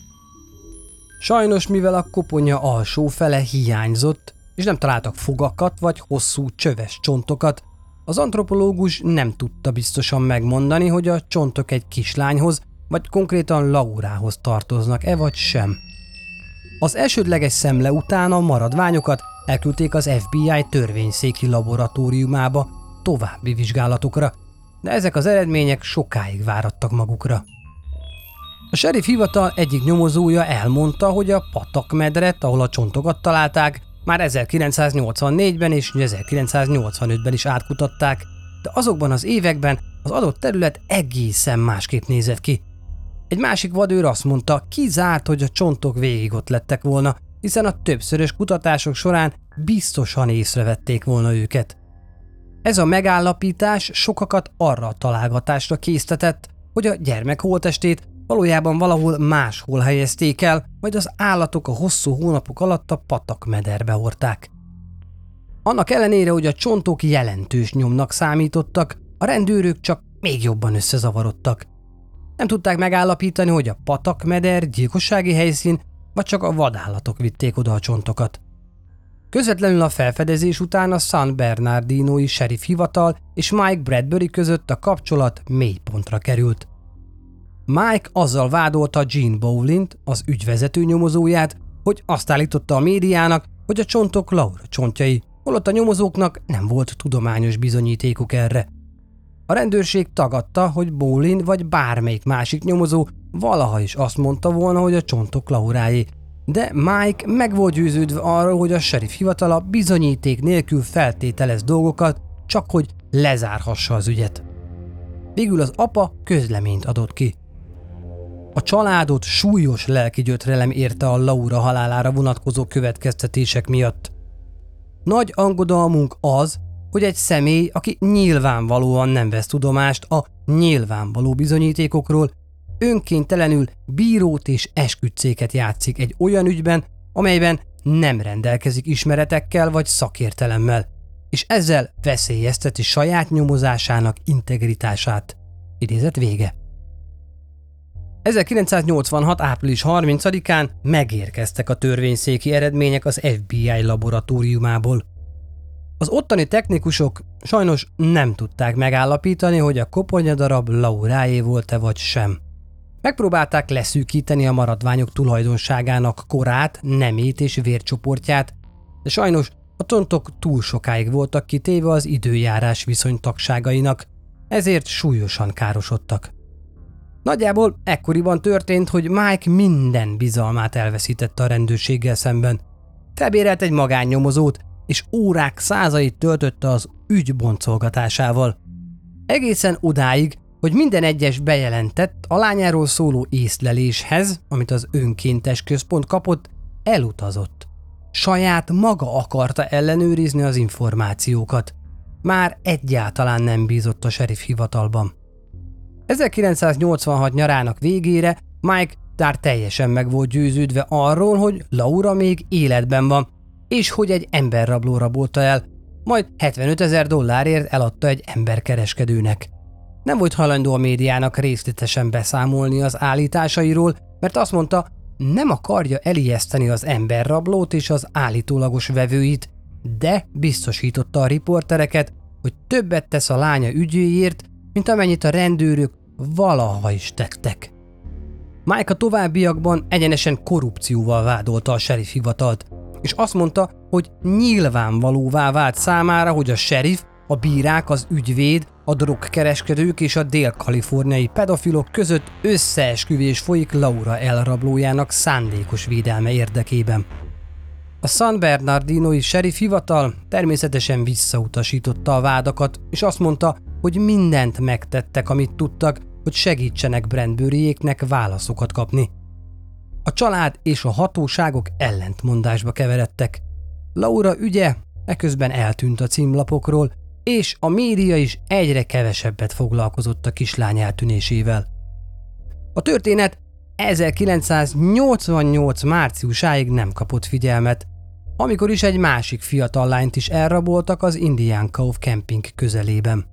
Sajnos, mivel a koponya alsó fele hiányzott, és nem találtak fogakat vagy hosszú csöves csontokat, az antropológus nem tudta biztosan megmondani, hogy a csontok egy kislányhoz, vagy konkrétan Laurához tartoznak-e vagy sem. Az elsődleges szemle után a maradványokat elküldték az FBI törvényszéki laboratóriumába további vizsgálatokra, de ezek az eredmények sokáig várattak magukra. A sheriff hivatal egyik nyomozója elmondta, hogy a patakmedret, ahol a csontokat találták, már 1984-ben és 1985-ben is átkutatták, de azokban az években az adott terület egészen másképp nézett ki. Egy másik vadőr azt mondta, kizárt, hogy a csontok végig ott lettek volna, hiszen a többszörös kutatások során biztosan észrevették volna őket. Ez a megállapítás sokakat arra a találgatásra késztetett, hogy a gyermek holttestét valójában valahol máshol helyezték el, majd az állatok a hosszú hónapok alatt a patakmederbe hordták. Annak ellenére, hogy a csontok jelentős nyomnak számítottak, a rendőrök csak még jobban összezavarodtak. Nem tudták megállapítani, hogy a patakmeder gyilkossági helyszín, vagy csak a vadállatok vitték oda a csontokat. Közvetlenül a felfedezés után a San Bernardino-i sheriff hivatal és Mike Bradbury között a kapcsolat mélypontra került. Mike azzal vádolta Gene Bowlint, az ügyvezető nyomozóját, hogy azt állította a médiának, hogy a csontok Laura csontjai, holott a nyomozóknak nem volt tudományos bizonyítékuk erre. A rendőrség tagadta, hogy Bowlin vagy bármelyik másik nyomozó valaha is azt mondta volna, hogy a csontok Lauráé, de Mike meg volt győződve arról, hogy a sheriff hivatala bizonyíték nélkül feltételez dolgokat, csak hogy lezárhassa az ügyet. Végül az apa közleményt adott ki. A családot súlyos lelki gyötrelem érte a Laura halálára vonatkozó következtetések miatt. Nagy aggodalmunk az, hogy egy személy, aki nyilvánvalóan nem vesz tudomást a nyilvánvaló bizonyítékokról, önkéntelenül bírót és esküdtszéket játszik egy olyan ügyben, amelyben nem rendelkezik ismeretekkel vagy szakértelemmel, és ezzel veszélyezteti saját nyomozásának integritását. Idézet vége. 1986. április 30-án megérkeztek a törvényszéki eredmények az FBI laboratóriumából. Az ottani technikusok sajnos nem tudták megállapítani, hogy a koponyadarab Lauráé volt-e vagy sem. Megpróbálták leszűkíteni a maradványok tulajdonságának korát, nemét és vércsoportját, de sajnos a tontok túl sokáig voltak kitéve az időjárás viszonytagságainak, ezért súlyosan károsodtak. Nagyjából ekkoriban történt, hogy Mike minden bizalmát elveszítette a rendőrséggel szemben. Felbérelt egy magánnyomozót, és órák százait töltötte az ügy boncolgatásával. Egészen odáig, hogy minden egyes bejelentett a lányáról szóló észleléshez, amit az önkéntes központ kapott, elutazott. Saját maga akarta ellenőrizni az információkat. Már egyáltalán nem bízott a sheriff hivatalban. 1986 nyarának végére Mike már teljesen meg volt győződve arról, hogy Laura még életben van, és hogy egy emberrabló rabolta el, majd $75,000 eladta egy emberkereskedőnek. Nem volt hajlandó a médiának részletesen beszámolni az állításairól, mert azt mondta, nem akarja elijeszteni az emberrablót és az állítólagos vevőit, de biztosította a riportereket, hogy többet tesz a lánya ügyéért, mint amennyit a rendőrök valaha is tettek. Mike a továbbiakban egyenesen korrupcióval vádolta a sheriff hivatalt, és azt mondta, hogy nyilvánvalóvá vált számára, hogy a sheriff, a bírák, az ügyvéd, a drogkereskedők és a dél-kaliforniai pedofilok között összeesküvés folyik Laura elrablójának szándékos védelme érdekében. A San Bernardinoi sheriff hivatal természetesen visszautasította a vádakat, és azt mondta, hogy mindent megtettek, amit tudtak, hogy segítsenek Bradburyéknek válaszokat kapni. A család és a hatóságok ellentmondásba keveredtek. Laura ügye eközben eltűnt a címlapokról, és a média is egyre kevesebbet foglalkozott a kislány eltűnésével. A történet 1988 márciusáig nem kapott figyelmet, amikor is egy másik fiatal lányt is elraboltak az Indian Cove Camping közelében.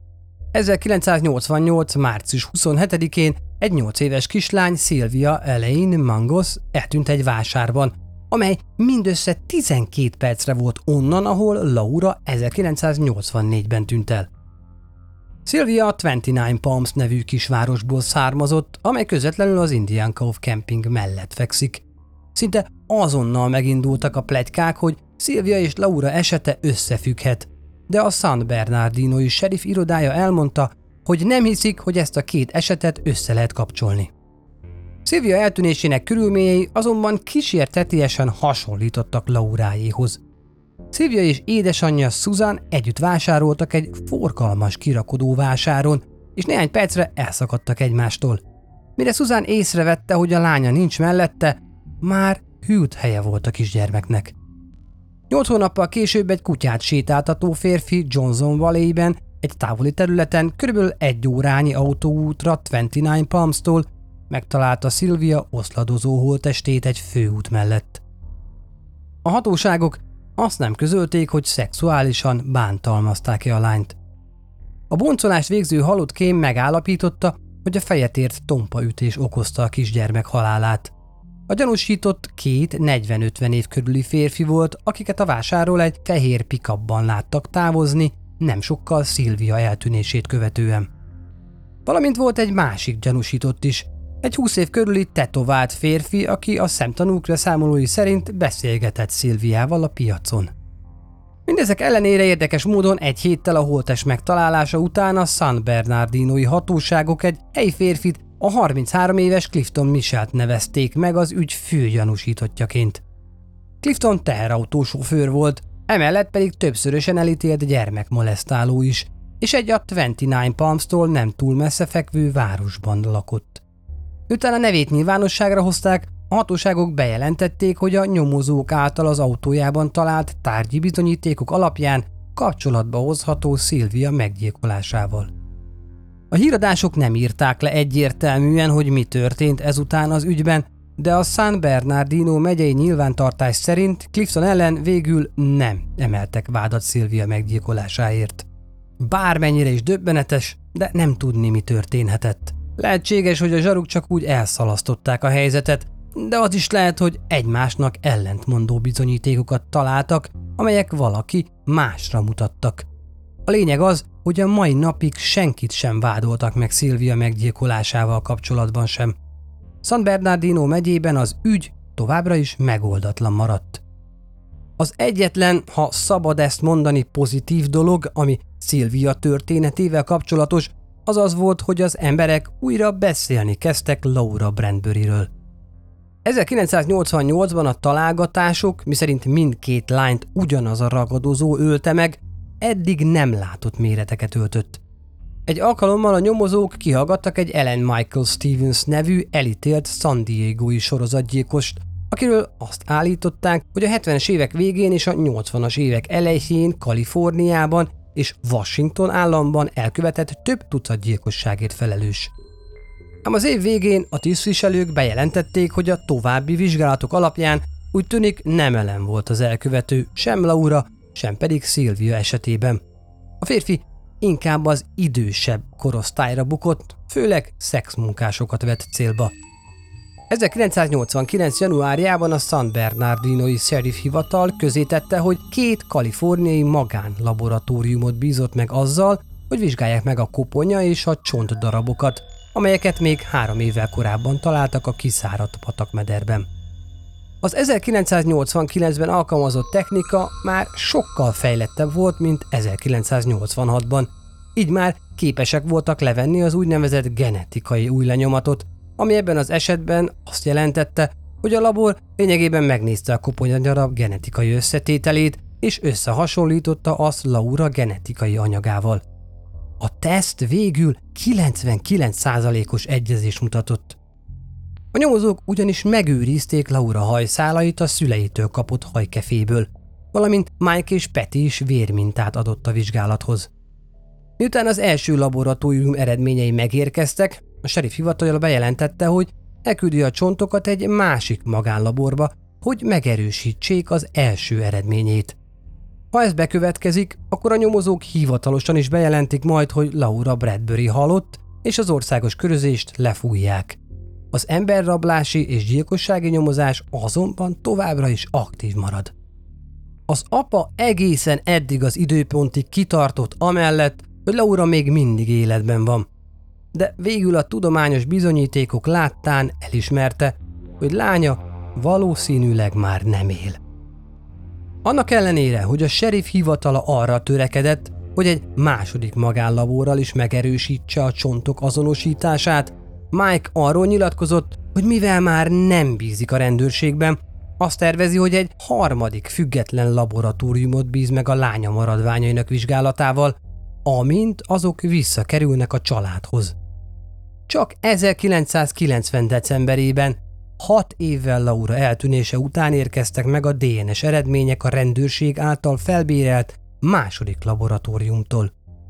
1988. március 27-én egy 8 éves kislány, Sylvia Elaine Mangos eltűnt egy vásárban, amely mindössze 12 percre volt onnan, ahol Laura 1984-ben tűnt el. Sylvia a 29 Palms nevű kisvárosból származott, amely közvetlenül az Indian Cove Camping mellett fekszik. Szinte azonnal megindultak a pletykák, hogy Sylvia és Laura esete összefügghet, de a San Bernardinoi sheriff irodája elmondta, hogy nem hiszik, hogy ezt a két esetet össze lehet kapcsolni. Sylvia eltűnésének körülményei azonban kísértetiesen hasonlítottak Lauráéhoz. Sylvia és édesanyja Susan együtt vásároltak egy forgalmas kirakodó vásáron, és néhány percre elszakadtak egymástól. Mire Susan észrevette, hogy a lánya nincs mellette, már hűlt helye volt a kisgyermeknek. 8 hónappal később egy kutyát sétáltató férfi Johnson Valley-ben, egy távoli területen körülbelül 1 órányi autóútra 29 Palms-tól megtalálta Sylvia oszladozó holttestét egy főút mellett. A hatóságok azt nem közölték, hogy szexuálisan bántalmazták-e a lányt. A boncolást végző halott kém megállapította, hogy a fejet ért tompaütés okozta a kisgyermek halálát. A gyanúsított 2 40-50 év körüli férfi volt, akiket a vásárról egy fehér pick-upban láttak távozni, nem sokkal Sylvia eltűnését követően. Valamint volt egy másik gyanúsított is, egy 20 év körüli tetovált férfi, aki a szemtanúk beszámolói szerint beszélgetett Sylviával a piacon. Mindezek ellenére érdekes módon egy héttel a holttest megtalálása után a San Bernardinoi hatóságok egy helyi férfit A 33 éves Clifton Michelt nevezték meg az ügy fő gyanúsítottjaként. Clifton teherautósofőr volt, emellett pedig többszörösen elítélt gyermekmolesztáló is, és egy a 29 Palms-tól nem túl messze fekvő városban lakott. Miután a nevét nyilvánosságra hozták, a hatóságok bejelentették, hogy a nyomozók által az autójában talált tárgyi bizonyítékok alapján kapcsolatba hozható Sylvia meggyilkolásával. A híradások nem írták le egyértelműen, hogy mi történt ezután az ügyben, de a San Bernardino megyei nyilvántartás szerint Clifton ellen végül nem emeltek vádat Sylvia meggyilkolásáért. Bármennyire is döbbenetes, de nem tudni, mi történhetett. Lehetséges, hogy a zsaruk csak úgy elszalasztották a helyzetet, de az is lehet, hogy egymásnak ellentmondó bizonyítékokat találtak, amelyek valaki másra mutattak. A lényeg az, hogy a mai napig senkit sem vádoltak meg Sylvia meggyilkolásával kapcsolatban sem. San Bernardino megyében az ügy továbbra is megoldatlan maradt. Az egyetlen, ha szabad ezt mondani, pozitív dolog, ami Sylvia történetével kapcsolatos, az az volt, hogy az emberek újra beszélni kezdtek Laura Bradburyről. 1988-ban a találgatások, miszerint mindkét lányt ugyanaz a ragadozó ölte meg, eddig nem látott méreteket öltött. Egy alkalommal a nyomozók kihallgattak egy Ellen Michael Stevens nevű elítélt San Diego-i sorozatgyilkost, akiről azt állították, hogy a 70-es évek végén és a 80-as évek elején Kaliforniában és Washington államban elkövetett több tucat gyilkosságért felelős. Ám az év végén a tisztviselők bejelentették, hogy a további vizsgálatok alapján úgy tűnik nem Ellen volt az elkövető, sem Laura, sem pedig Sylvia esetében. A férfi inkább az idősebb korosztályra bukott, főleg szexmunkásokat vett célba. 1989. januárjában a San Bernardinoi Sheriff Hivatal közzétette, hogy 2 kaliforniai magánlaboratóriumot bízott meg azzal, hogy vizsgálják meg a koponya és a csontdarabokat, amelyeket még 3 évvel korábban találtak a kiszáradt patakmederben. Az 1989-ben alkalmazott technika már sokkal fejlettebb volt, mint 1986-ban, így már képesek voltak levenni az úgynevezett genetikai új lenyomatot, ami ebben az esetben azt jelentette, hogy a labor lényegében megnézte a koponyadarab genetikai összetételét, és összehasonlította azt Laura genetikai anyagával. A teszt végül 99%-os egyezést mutatott. A nyomozók ugyanis megőrizték Laura hajszálait a szüleitől kapott hajkeféből, valamint Mike és Patty is vérmintát adott a vizsgálathoz. Miután az első laboratórium eredményei megérkeztek, a sheriff hivatala bejelentette, hogy elküldi a csontokat egy másik magánlaborba, hogy megerősítsék az első eredményét. Ha ez bekövetkezik, akkor a nyomozók hivatalosan is bejelentik majd, hogy Laura Bradbury halott, és az országos körözést lefújják. Az emberrablási és gyilkossági nyomozás azonban továbbra is aktív marad. Az apa egészen eddig az időpontig kitartott amellett, hogy Laura még mindig életben van. De végül a tudományos bizonyítékok láttán elismerte, hogy lánya valószínűleg már nem él. Annak ellenére, hogy a sheriff hivatala arra törekedett, hogy egy második magánlaborral is megerősítse a csontok azonosítását, Mike arról nyilatkozott, hogy mivel már nem bízik a rendőrségben, azt tervezi, hogy egy harmadik független laboratóriumot bíz meg a lánya maradványainak vizsgálatával, amint azok visszakerülnek a családhoz. Csak 1990. decemberében, 6 évvel Laura eltűnése után érkeztek meg a DNS eredmények a rendőrség által felbérelt második laboratóriumtól.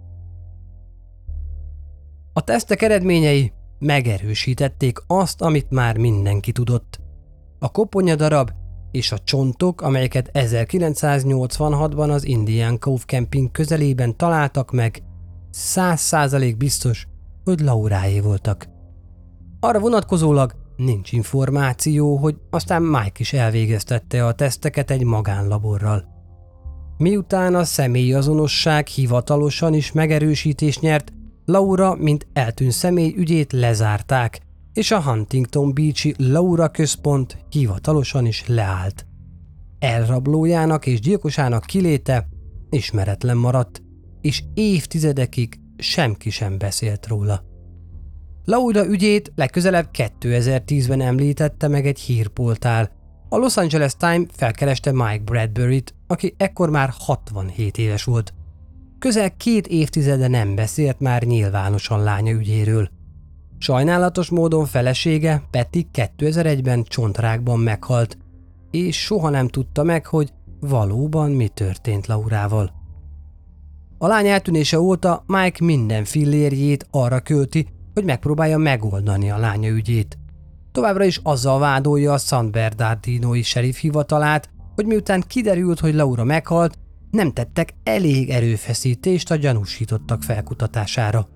A tesztek eredményei megerősítették azt, amit már mindenki tudott. A koponyadarab és a csontok, amelyeket 1986-ban az Indian Cove Camping közelében találtak meg, 100% biztos, hogy Lauráé voltak. Arra vonatkozólag nincs információ, hogy aztán Mike is elvégeztette a teszteket egy magánlaborral. Miután a személyazonosság hivatalosan is megerősítést nyert, Laura, mint eltűnt személy ügyét lezárták, és a Huntington Beach-i Laura központ hivatalosan is leállt. Elrablójának és gyilkosának kiléte ismeretlen maradt, és évtizedekig senki sem beszélt róla. Laura ügyét legközelebb 2010-ben említette meg egy hírportál. A Los Angeles Times felkereste Mike Bradburyt, aki ekkor már 67 éves volt. Közel 2 évtizede nem beszélt már nyilvánosan lánya ügyéről. Sajnálatos módon felesége, Patty 2001-ben csontrákban meghalt, és soha nem tudta meg, hogy valóban mi történt Laurával. A lány eltűnése óta Mike minden fillérjét arra költi, hogy megpróbálja megoldani a lánya ügyét. Továbbra is azzal vádolja a San Bernardinoi sheriff hivatalát, hogy miután kiderült, hogy Laura meghalt, nem tettek elég erőfeszítést a gyanúsítottak felkutatására.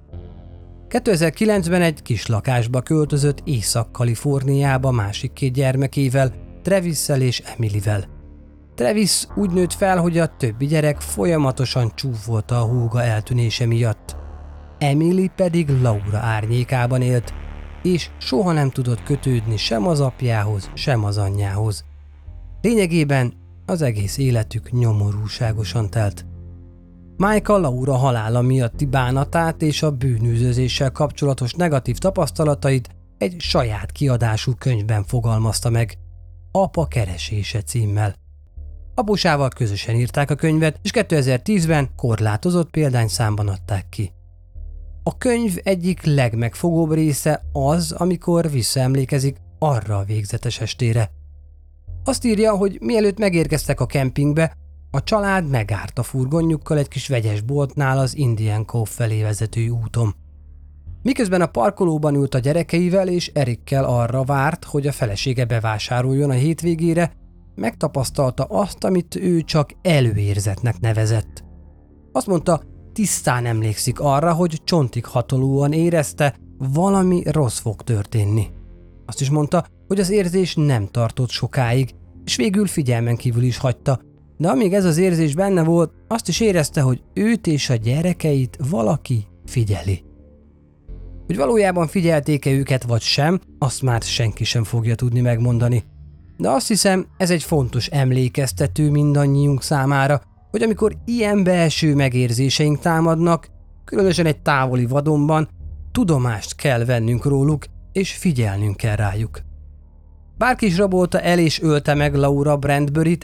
2009-ben egy kis lakásba költözött Észak-Kaliforniába másik 2 gyermekével, Travisszel és Emilyvel. Travis úgy nőtt fel, hogy a többi gyerek folyamatosan csúfolta a húga eltűnése miatt. Emily pedig Laura árnyékában élt, és soha nem tudott kötődni sem az apjához, sem az anyjához. Lényegében az egész életük nyomorúságosan telt. Mike a Laura halála miatti bánatát és a bűnüldözéssel kapcsolatos negatív tapasztalatait egy saját kiadású könyvben fogalmazta meg, Apa keresése címmel. Apusával közösen írták a könyvet, és 2010-ben korlátozott példányszámban adták ki. A könyv egyik legmegfogóbb része az, amikor visszaemlékezik arra a végzetes estére. Azt írja, hogy mielőtt megérkeztek a kempingbe, a család megállt a furgonjukkal egy kis vegyes boltnál az Indian Cove felé vezető úton. Miközben a parkolóban ült a gyerekeivel és Erikkel arra várt, hogy a felesége bevásároljon a hétvégére, megtapasztalta azt, amit ő csak előérzetnek nevezett. Azt mondta, tisztán emlékszik arra, hogy csontig hatolóan érezte, valami rossz fog történni. Azt is mondta, hogy az érzés nem tartott sokáig, és végül figyelmen kívül is hagyta, de amíg ez az érzés benne volt, azt is érezte, hogy őt és a gyerekeit valaki figyeli. Hogy valójában figyelték-e őket vagy sem, azt már senki sem fogja tudni megmondani. De azt hiszem, ez egy fontos emlékeztető mindannyiunk számára, hogy amikor ilyen belső megérzéseink támadnak, különösen egy távoli vadonban, tudomást kell vennünk róluk, és figyelnünk kell rájuk. Bárki is rabolta el és ölte meg Laura Bradburyt,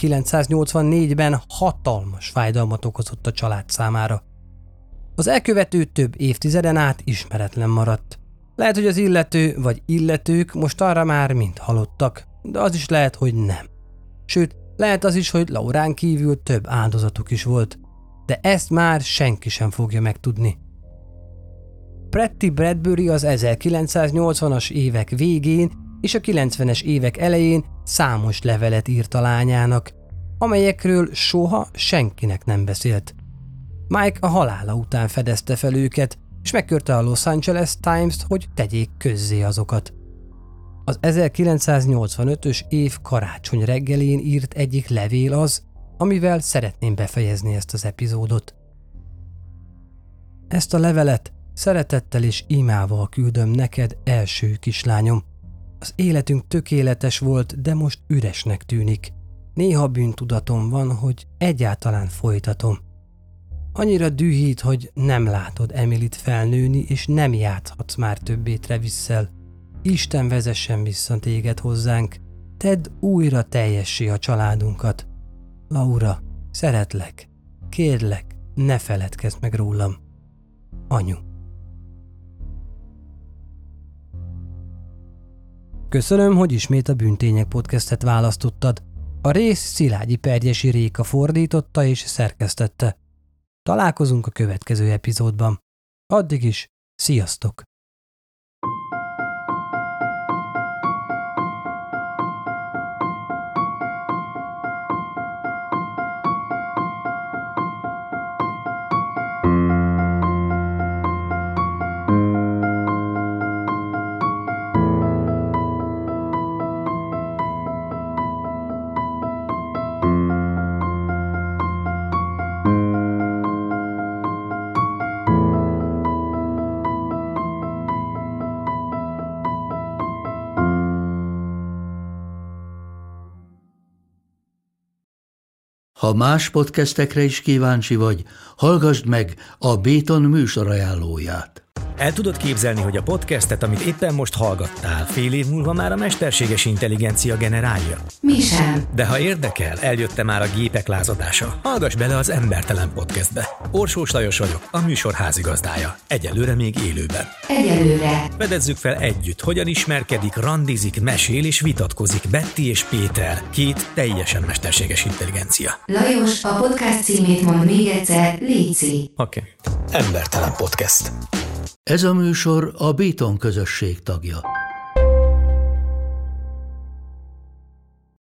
1984-ben hatalmas fájdalmat okozott a család számára. Az elkövető több évtizeden át ismeretlen maradt. Lehet, hogy az illető vagy illetők most arra már mind halottak, de az is lehet, hogy nem. Sőt, lehet az is, hogy Laurán kívül több áldozatuk is volt, de ezt már senki sem fogja megtudni. Patty Bradbury az 1980-as évek végén és a 90-es évek elején számos levelet írt a lányának, amelyekről soha senkinek nem beszélt. Mike a halála után fedezte fel őket, és megkérte a Los Angeles Times-t, hogy tegyék közzé azokat. Az 1985-ös év karácsony reggelén írt egyik levél az, amivel szeretném befejezni ezt az epizódot. Ezt a levelet szeretettel és imával küldöm neked, első kislányom. Az életünk tökéletes volt, de most üresnek tűnik. Néha bűntudatom van, hogy egyáltalán folytatom. Annyira dühít, hogy nem látod Emilyt felnőni, és nem játszhatsz már többé Travisszel. Isten vezessen vissza téged hozzánk, tedd újra teljessé a családunkat. Laura, szeretlek, kérlek, ne feledkezz meg rólam. Anyu. Köszönöm, hogy ismét a Bűntények podcastet választottad. A rész Szilágyi Pergyesi Réka fordította és szerkesztette. Találkozunk a következő epizódban. Addig is, sziasztok! Ha más podcastekre is kíváncsi vagy, hallgassd meg a Béton műsor ajánlóját. El tudod képzelni, hogy a podcastet, amit éppen most hallgattál, fél év múlva már a mesterséges intelligencia generálja? Mi sem. De ha érdekel, eljött már a gépek lázadása. Hallgass bele az Embertelen Podcastbe. Orsós Lajos vagyok, a műsor házigazdája. Egyelőre még élőben. Egyelőre. Fedezzük fel együtt, hogyan ismerkedik, randizik, mesél és vitatkozik Betty és Péter, két teljesen mesterséges intelligencia. Lajos, a podcast címét mond még egyszer, léci. Oké. Embertelen Podcast. Ez a műsor a Béton közösség tagja.